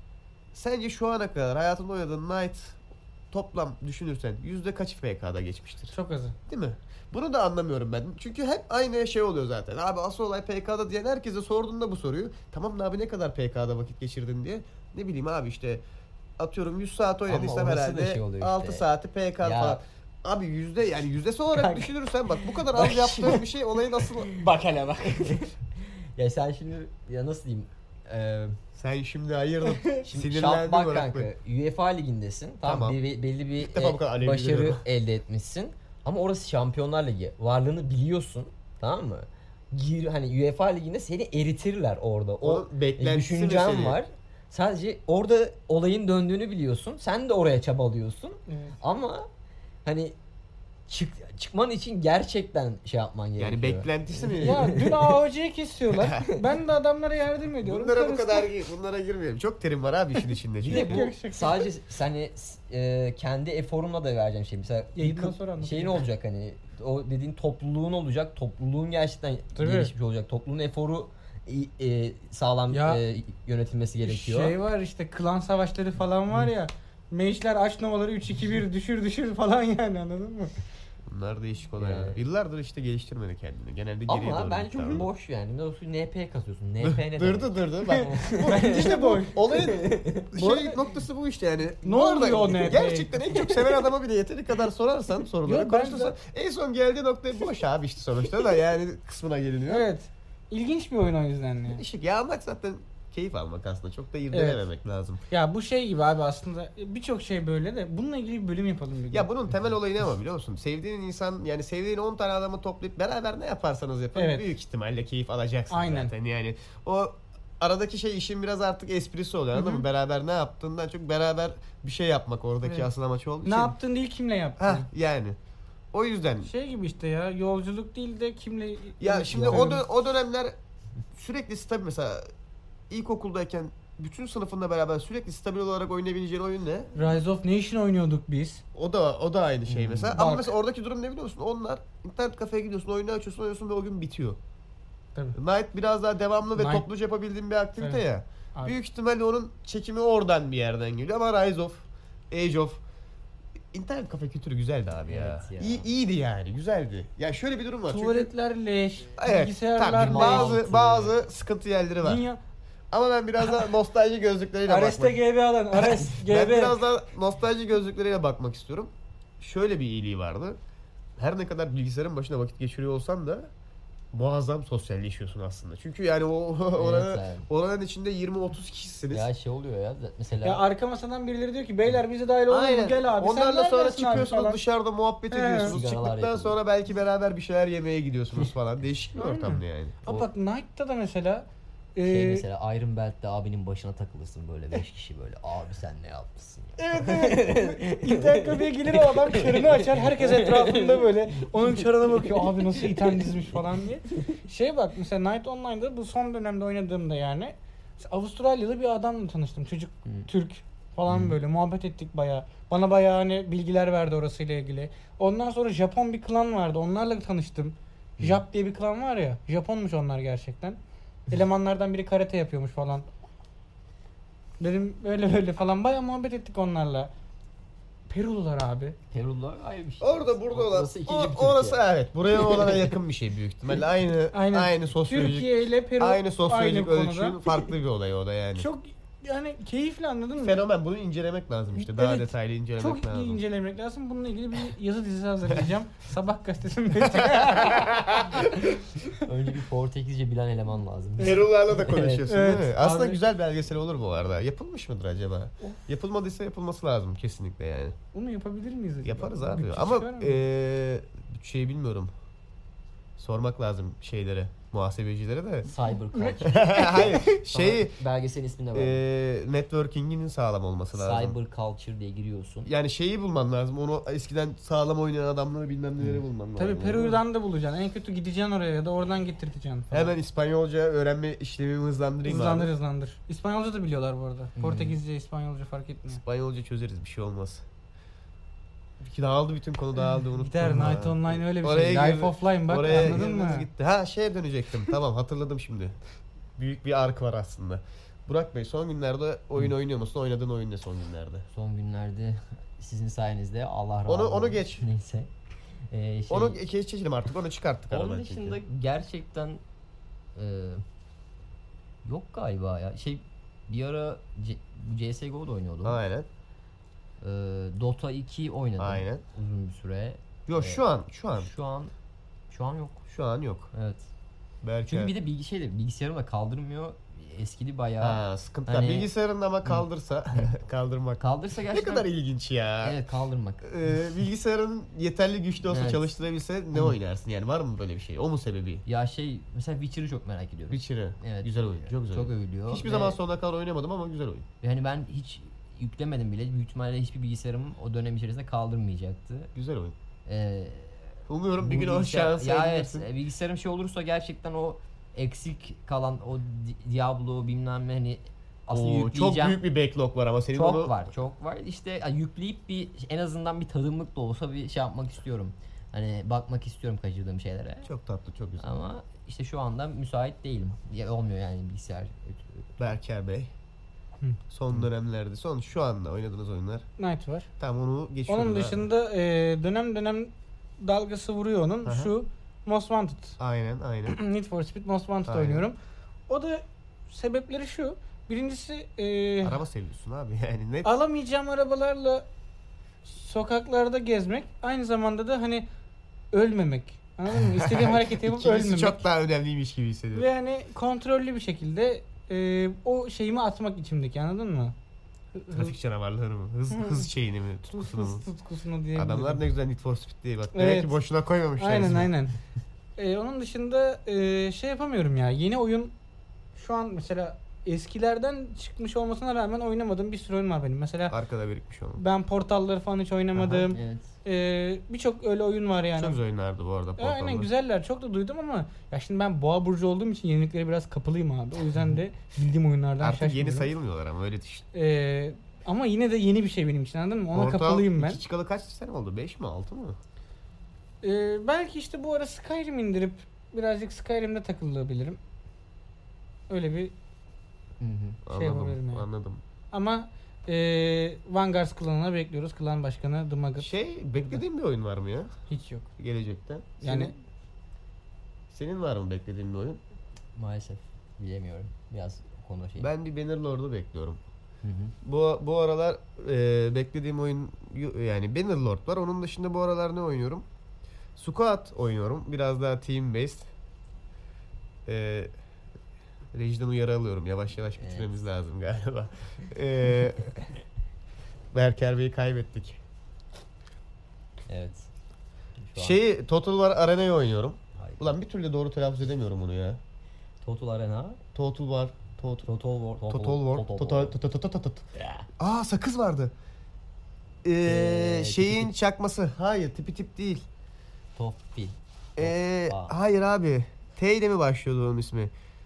Sence şu ana kadar hayatında oynadığın Knight toplam düşünürsen yüzde kaçı P K'da geçmiştir? Çok azı. Değil mi? Bunu da anlamıyorum ben. Çünkü hep aynı şey oluyor zaten. Abi asıl olay P K'da diyen herkese sorduğunda bu soruyu. Tamam abi ne kadar P K'da vakit geçirdin diye. Ne bileyim abi işte atıyorum yüz saat oynadıysam orası da herhalde şey oluyor işte. altı saati P K Ya. falan. Abi yüzde yani yüzdesi olarak Kanka. düşünürsen bak bu kadar az yaptığın bir şey olayın asıl. Bak hele bak. Ya sen şimdi, ya nasıl diyeyim? Ee, Sen şimdi ayırdın. Şimdi Sinirlendim şap bak olarak kanka. U E F A ligindesin. Tamam. Tamam. bir- belli bir İlk defa bu kadar e, alevli başarı görüyorum. elde etmişsin. Ama orası Şampiyonlar Ligi. Varlığını biliyorsun. Tamam mı? Gir, hani U E F A liginde seni eritirler orada. O Onun beklentisi düşüncen mesele. var. Sadece orada olayın döndüğünü biliyorsun. Sen de oraya çabalıyorsun. Evet. Ama hani çık, çıkman için gerçekten şey yapman gerekiyor. Yani beklentisi mi? Ya dün A O C'yi kesiyorlar. Ben de adamlara yardım ediyorum. Bunlara bu Karısı- kadar bunlara girmeyelim. Çok terim var abi işin içinde. Bir Çünkü de bu Gerçekten. sadece hani e, kendi eforumla da vereceğim şey. Mesela Yayından yıkıl- sonra anlatayım. şeyin olacak hani, o dediğin topluluğun olacak. Topluluğun gerçekten Tabii. gelişmiş olacak. Topluluğun eforu e, e, sağlam Ya, e, yönetilmesi gerekiyor. Şey var işte klan savaşları falan var ya. Mage'ler aç novaları üç iki bir düşür düşür falan yani, anladın mı? bunlar değişik olaylar. Evet. Yıllardır işte geliştirmedi kendini. Genelde geriye Ama doğru bence gitti çok abi. boş yani. Ne olsun, N P kasıyorsun. N P ne demek? Dırdı dırdı. Bak İşte boş. olayın Bu şey noktası bu işte yani. Ne Bu arada oluyor o N P? Gerçekten en çok seven adama bile yeteri kadar sorarsan soruları Yok, ben konuşursan en son geldiği nokta boş abi işte sonuçta da yani kısmına geliniyor. Evet. İlginç bir oyun o yüzden ya. Işık ya amaç zaten keyif almak aslında. Çok da irdelememek lazım. Ya bu şey gibi abi aslında, birçok şey böyle de bununla ilgili bir bölüm yapalım bir gün. Ya bunun temel olayı ne ama biliyor musun? Sevdiğin insan yani sevdiğin on tane adamı toplayıp beraber ne yaparsanız yapın Evet. büyük ihtimalle keyif alacaksın Aynen. zaten. Yani o aradaki şey işin biraz artık esprisi oluyor, anladın Hı hı. mı? Beraber ne yaptığından çok beraber bir şey yapmak oradaki Evet. asıl amaç olduğu Ne için. yaptın değil kimle yaptın. Hah yani. O yüzden Şey gibi işte ya, yolculuk değil de kimle... ya şimdi yapıyorum. o dö- o dönemler sürekli stabil, mesela ilkokuldayken bütün sınıfınla beraber sürekli stabil olarak oynayabileceğin oyun ne? Rise of Nation oynuyorduk biz. O da o da aynı şey Hmm. mesela. Bak. Ama mesela oradaki durum ne biliyor musun? Onlar internet kafeye gidiyorsun, oyunu açıyorsun, oynuyorsun ve o gün bitiyor. Tabii. Knight biraz daha devamlı ve Knight- topluca yapabildiğin bir aktivite Evet. ya. Abi. Büyük ihtimalle onun çekimi oradan bir yerden geliyor ama Rise of, Age of internet kafe kültürü güzeldi abi ya. Evet ya. İyi, iyiydi yani, güzeldi. Ya şöyle bir durum var. Çünkü Tuvaletler leş, evet, bilgisayarlar tabii, leş. bazı bazı sıkıntı yerleri var. Dünya... Ama ben biraz daha nostalji gözlükleriyle Ares'te bakmak. G B alan, Ares, G Ben B. biraz daha nostalji gözlükleriyle bakmak istiyorum. Şöyle bir iyiliği vardı. Her ne kadar bilgisayarın başına vakit geçiriyor olsan da muazzam sosyalleşiyorsun aslında. Çünkü yani o oranın, abi. oranın içinde yirmi otuz kişisiniz. Ya şey oluyor ya mesela. Ya arka masadan birileri diyor ki beyler bize dahil olalım mı? Gel abi. Onlarla sen sonra neredesin abi çıkıyorsunuz falan. dışarıda muhabbet He. ediyorsunuz. Sigaralar Çıktıktan yapılıyor. sonra belki beraber bir şeyler yemeye gidiyorsunuz falan. Değişik bir Aynen. ortamdı yani. Ama bak Knight'ta da mesela Şey Ee, mesela Iron Belt'te abinin başına takılırsın böyle beş kişi böyle. Abi sen ne yapmışsın ya? Evet evet. İnternet kafeye gelir o adam çarını açar. Herkes etrafında böyle onun çarına bakıyor. Abi nasıl item dizmiş falan diye. Şey bak mesela Night Online'da bu son dönemde oynadığımda yani Avustralyalı bir adamla tanıştım. Çocuk Hmm. Türk falan Hmm. böyle muhabbet ettik bayağı. Bana bayağı hani bilgiler verdi orasıyla ilgili. Ondan sonra Japon bir klan vardı. Onlarla tanıştım. Jap diye bir klan var ya. Japonmuş onlar gerçekten. Elemanlardan biri karate yapıyormuş falan. Dedim böyle böyle falan bayağı muhabbet ettik onlarla. Perulular abi. Perulular ayrı bir şey. Orada burada olan Orası ikinci o- bir Türkiye. orası evet buraya olana yakın bir şey büyük ihtimalle. Aynı Aynen. aynı sosyolojik Türkiye ile Peru aynı sosyolojik aynı konuda. ölçünün farklı bir olay o da yani. Çok yani keyifli anladın mı? Fenomen bunu incelemek lazım işte. Daha Evet, detaylı incelemek Çok iyi lazım. incelemek lazım. Bununla ilgili bir yazı dizisi hazırlayacağım. Sabah gazetesinde. Önce bir Portekizce bilen eleman lazım. Perularla da konuşuyorsun Evet, değil mi? evet. Aslında Abi- güzel belgesel olur bu arada. Yapılmış mıdır acaba? Yapılmadıysa yapılması lazım kesinlikle yani. Onu yapabilir miyiz acaba? Yaparız abi. Bütçe Ama çıkar mı? eee şeyi bilmiyorum. Sormak lazım şeylere, muhasebecilere de. Cyber culture. Hayır, şeyi Sana belgeselin ismini de var. eee networking'inin sağlam olması lazım. Cyber culture diye giriyorsun. Yani şeyi bulman lazım. Onu eskiden sağlam oynayan adamları bilmem neleri bulman lazım. Tabii Peru'dan da bulacaksın. En kötü gideceksin oraya ya da oradan getirteceksin falan. Hemen İspanyolca öğrenme işlemimi hızlandırayım Hızlandır abi. hızlandır. İspanyolca da biliyorlar bu arada. Hmm. Portekizce, İspanyolca fark etmiyor. İspanyolca çözeriz bir şey olmaz. Bir dağıldı bütün konu dağıldı unuttum. Gider ha. Night Online öyle bir Oraya şey. gir- Life Offline bak Oraya anladın girdiniz mı? gitti. Ha şeye dönecektim. Tamam hatırladım şimdi. Büyük bir ark var aslında. Burak Bey son günlerde oyun oynuyor musun? Oynadığın oyun ne son günlerde? Son günlerde sizin sayenizde Allah razı Onu- olsun. onu geç. Neyse. Ee, şey, Onu geçelim artık. Onu çıkarttık onun aradan dışında çünkü. gerçekten e, yok galiba ya. Şey bir ara C- bu C S G O'da oynuyordum. Aynen. Ee, Dota iki oynadım. Aynen. Uzun bir süre. Yok Evet. şu an şu an Şu an şu an yok. şu an yok. Evet. Belki. Çünkü bir de bilgi şeyde bilgisayarım da kaldırmıyor. Eskidi bayağı. ha, sıkıntı. Hani- Bilgisayarın ama kaldırsa kaldırmak. Kaldırsa Ne gerçekten kadar ilginç ya. evet kaldırmak. Ee, bilgisayarın yeterli güçlü olsa Evet. çalıştırabilse ne Hı. oynarsın yani var mı böyle bir şey? O mu sebebi? Ya şey mesela Witcher'ı çok merak ediyorum. Witcher'ı. Evet. Güzel oyun. Çok güzel. Çok oyun. övülüyor. Hiçbir Ve zaman sonuna kadar oynamadım ama güzel oyun. yani ben hiç yüklemedim bile. Büyük ihtimalle hiçbir bilgisayarım o dönem içerisinde kaldırmayacaktı. Güzel oyun. Ee, Umuyorum bir bu gün o bilgisayar- şansa Ya erişirsin. evet bilgisayarım şey olursa gerçekten o eksik kalan o Di- Diablo bilmem ne hani aslında Oo, çok yükleyeceğim. büyük bir backlog var ama senin Çok onu var, çok var. İşte yani yükleyip bir en azından bir tadımlık da olsa bir şey yapmak istiyorum. Hani bakmak istiyorum kaçırdığım şeylere. çok tatlı, çok güzel. Ama işte şu anda müsait değilim. Ya olmuyor yani bilgisayar. Berker Bey. Hı. Son dönemlerde, son şu anda oynadığınız oyunlar. Night var. Tamam onu geçiyorum. Onun abi. dışında e, dönem dönem dalgası vuruyor onun. Aha. Şu Most Wanted. Aynen, aynen. Need for Speed Most Wanted Aynen. oynuyorum. O da sebepleri şu. Birincisi e, Araba seviyorsun abi yani net. alamayacağım arabalarla sokaklarda gezmek. Aynı zamanda da hani ölmemek. Anladın mı? İstediğim hareketi yapıp İkincisi ölmemek. çok daha önemliymiş gibi hissediyorum. Ve hani kontrollü bir şekilde e, o şeyimi atmak içimdeki anladın mı? Hı- Trafik canavarları mı? Hız, hız şeyini mi? Tutkusunu mu? Hız tutkusunu diyebilirim. Adamlar ne güzel Need for Speed diye bak. Demek Evet. ki boşuna koymamışlar. Aynen ismini. aynen. Ee, onun dışında e, şey yapamıyorum ya. Yeni oyun şu an mesela eskilerden çıkmış olmasına rağmen oynamadığım bir sürü oyun var benim. Mesela Arkada birikmiş onun. ben Portal'ları falan hiç oynamadım. Evet. Ee, Birçok öyle oyun var yani. Çok güzel oyunlardı bu arada Ya Portal'da. aynen güzeller. Çok da duydum ama ya şimdi ben Boğa burcu olduğum için yeniliklere biraz kapılıyım abi. O yüzden de bildiğim oyunlardan Artık yeni şaşmıyorum. sayılmıyorlar ama öyle düşün. Ee, ama yine de yeni bir şey benim için anladın mı? Ona Portal kapalıyım ben. iki çıkalı kaç sene oldu? beş mi altı mı? Ee, belki işte bu ara Skyrim indirip birazcık Skyrim'de takılabilirim. Öyle bir Hı hı. Şey Anladım, yapabilirim yani. anladım. ama e, Vanguard klanına bekliyoruz. Klan başkanı The Maggot. Şey, beklediğin bir oyun var mı ya Hiç yok. gelecekte? Yani Senin, senin var mı beklediğin bir oyun? Maalesef bilemiyorum. Biraz konu şey. Ben bir Bannerlord'u bekliyorum. Hı hı. Bu bu aralar e, beklediğim oyun yani Bannerlord var. Onun dışında bu aralar ne oynuyorum? Squad oynuyorum. Biraz daha team based. E, Rejiden uyarı alıyorum. Yavaş yavaş Evet. bitirmemiz lazım galiba. E, Berker Bey'i kaybettik. Evet. Şu an- Şeyi Total War Arena'yı oynuyorum. Hayır. Ulan bir türlü doğru telaffuz edemiyorum onu ya. Total Arena. Total War. Total Total War. Total War. Total Total Total. Aa sakız vardı. Ee, Ee, şeyin tipi çakması. Hayır tipi tip değil. Toffee. Ee, Aa. hayır abi. T ile mi başlıyordu onun ismi?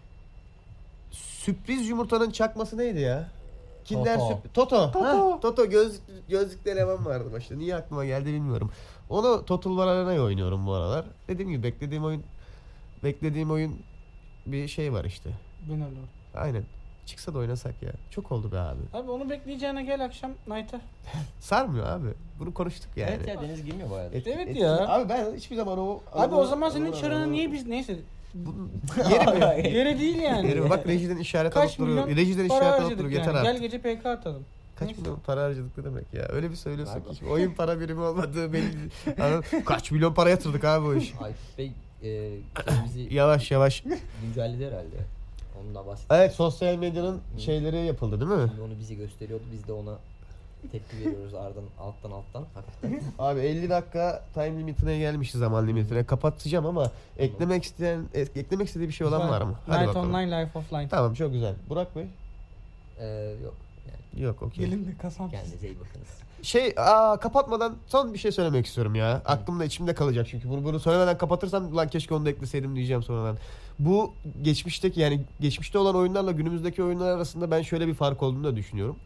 Sürpriz yumurtanın çakması neydi ya? Kinder Toto. sürpriz. Toto. Toto. Ha, Toto göz gözlüklü eleman vardı başta. Niye aklıma geldi bilmiyorum. Onu Total War Arena'yı oynuyorum bu aralar. Dediğim gibi beklediğim oyun beklediğim oyun bir şey var işte. Bannerlord. Aynen. Çıksa da oynasak ya. Çok oldu be abi. Abi onu bekleyeceğine gel akşam Knight'a. Sarmıyor abi. Bunu konuştuk yani. Evet ya Deniz girmiyor bayağı. Et- Evet et- ya. Abi ben hiçbir zaman o... Abi o zaman senin o- çarını o- niye biz neyse Bu- Yeri mi? yere değil yani. Yeri mi? Bak rejiden işaret Kaç alıp duruyor. milyon Rejiden para işaret alıp harcadık duruyor. yani. Yeter Gel artık. gece P K atalım. Kaç Neyse. milyon para harcadık ne demek ya? Öyle bir söylüyorsun ki oyun para birimi olmadığı belli. Anladın? Kaç milyon para yatırdık abi bu iş. Aykut Bey e, kendimizi Yavaş yavaş. güncelledi herhalde. Onunla bahsettik. Evet sosyal medyanın şeyleri yapıldı değil mi? Şimdi onu bizi gösteriyordu. Biz de ona tepki veriyoruz ardından alttan alttan. Hafiften. Abi elli dakika time limitine gelmişiz, zaman limitine. Kapatacağım ama eklemek isteyen ek- eklemek istediği bir şey olan var mı? Hadi Night bakalım. Online, Life Offline. Tamam çok güzel. Burak Bey? Ee, yok. Yani Yok okey. Gelin de kasam. kendinize iyi bakınız. Şey aa, kapatmadan son bir şey söylemek istiyorum ya. Aklımda içimde kalacak çünkü bunu bunu söylemeden kapatırsam lan keşke onu da ekleseydim diyeceğim sonradan. Bu geçmişteki yani geçmişte olan oyunlarla günümüzdeki oyunlar arasında ben şöyle bir fark olduğunu da düşünüyorum.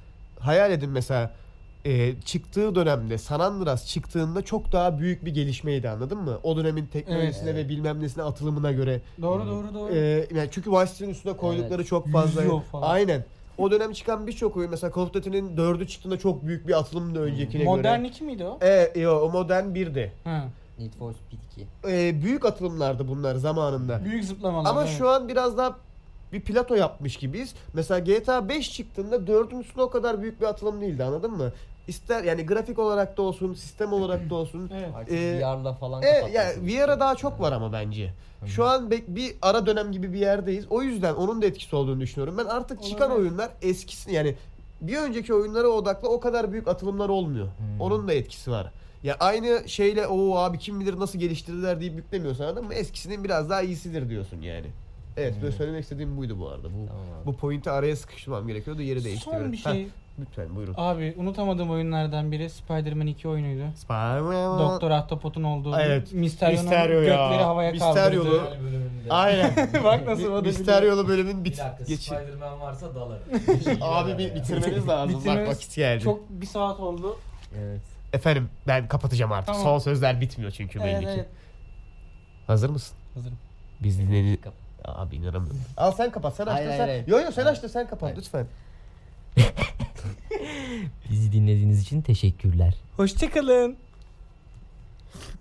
Hayal edin mesela e, çıktığı dönemde San Andreas çıktığında çok daha büyük bir gelişmeydi, anladın mı? O dönemin teknolojisine Evet. ve bilmem nesine atılımına göre. Doğru Hmm. doğru doğru. E, yani çünkü Vice City'nin üstüne koydukları Evet. çok fazla. Yüzüyor falan. Aynen. O dönem çıkan birçok oyun mesela Call of Duty'nin dördü çıktığında çok büyük bir atılımdı öncekine Modern göre. iki miydi o? E, yo, o modern birdi. Ha. Need for Speed iki. E, büyük atılımlardı bunlar zamanında. Büyük zıplamalar. Ama evet. şu an biraz daha bir plato yapmış gibiyiz. Mesela G T A beş çıktığında dördün üstüne o kadar büyük bir atılım değildi, anladın mı? İster yani grafik olarak da olsun, sistem olarak da olsun. Evet. Artık Ee, V R'la falan Evet kapatması. yani V R'a daha çok var ama bence. Şu an be- bir ara dönem gibi bir yerdeyiz. O yüzden onun da etkisi olduğunu düşünüyorum. Ben artık çıkan Olabilir. oyunlar eskisi yani bir önceki oyunlara odaklı o kadar büyük atılımlar olmuyor. Hmm. Onun da etkisi var. Ya aynı şeyle o abi kim bilir nasıl geliştirdiler deyip yüklemiyorsun, anladın mı? Eskisinin biraz daha iyisidir diyorsun yani. Evet, böyle Hmm. söylemek istediğim buydu bu arada. Bu Tamam abi. bu pointi araya sıkıştırmam gerekiyordu. Yeri değiştiriyorum. Son bir şey. Heh, lütfen buyurun. Abi unutamadığım oyunlardan biri Spider-Man iki oyunuydu. Spider-Man. Doktor Ahtapot'un olduğu. Evet. Mysterio'nun Mysterio ya. gökleri havaya Mysterio'lu. kaldırdı. Aynen. Bak nasıl o da biliyor. Mysterio'lu bölümün Bir bit dakika geç. Spider-Man varsa dalarım. Abi bir bitirmeniz lazım. Bak Bitirmemiz vakit geldi. Çok bir saat oldu. Evet. Efendim ben kapatacağım artık. Tamam. Son sözler bitmiyor çünkü belli Evet, ki. evet. Hazır mısın? Hazırım. Biz dinledi. Kap- Abi inanamıyorum. Al sen kapat. Sen aç Hayır, da hayır, sen. hayır. Yo yo sen Hayır. aç da sen kapat Hayır. lütfen. Bizi dinlediğiniz için teşekkürler. Hoşçakalın.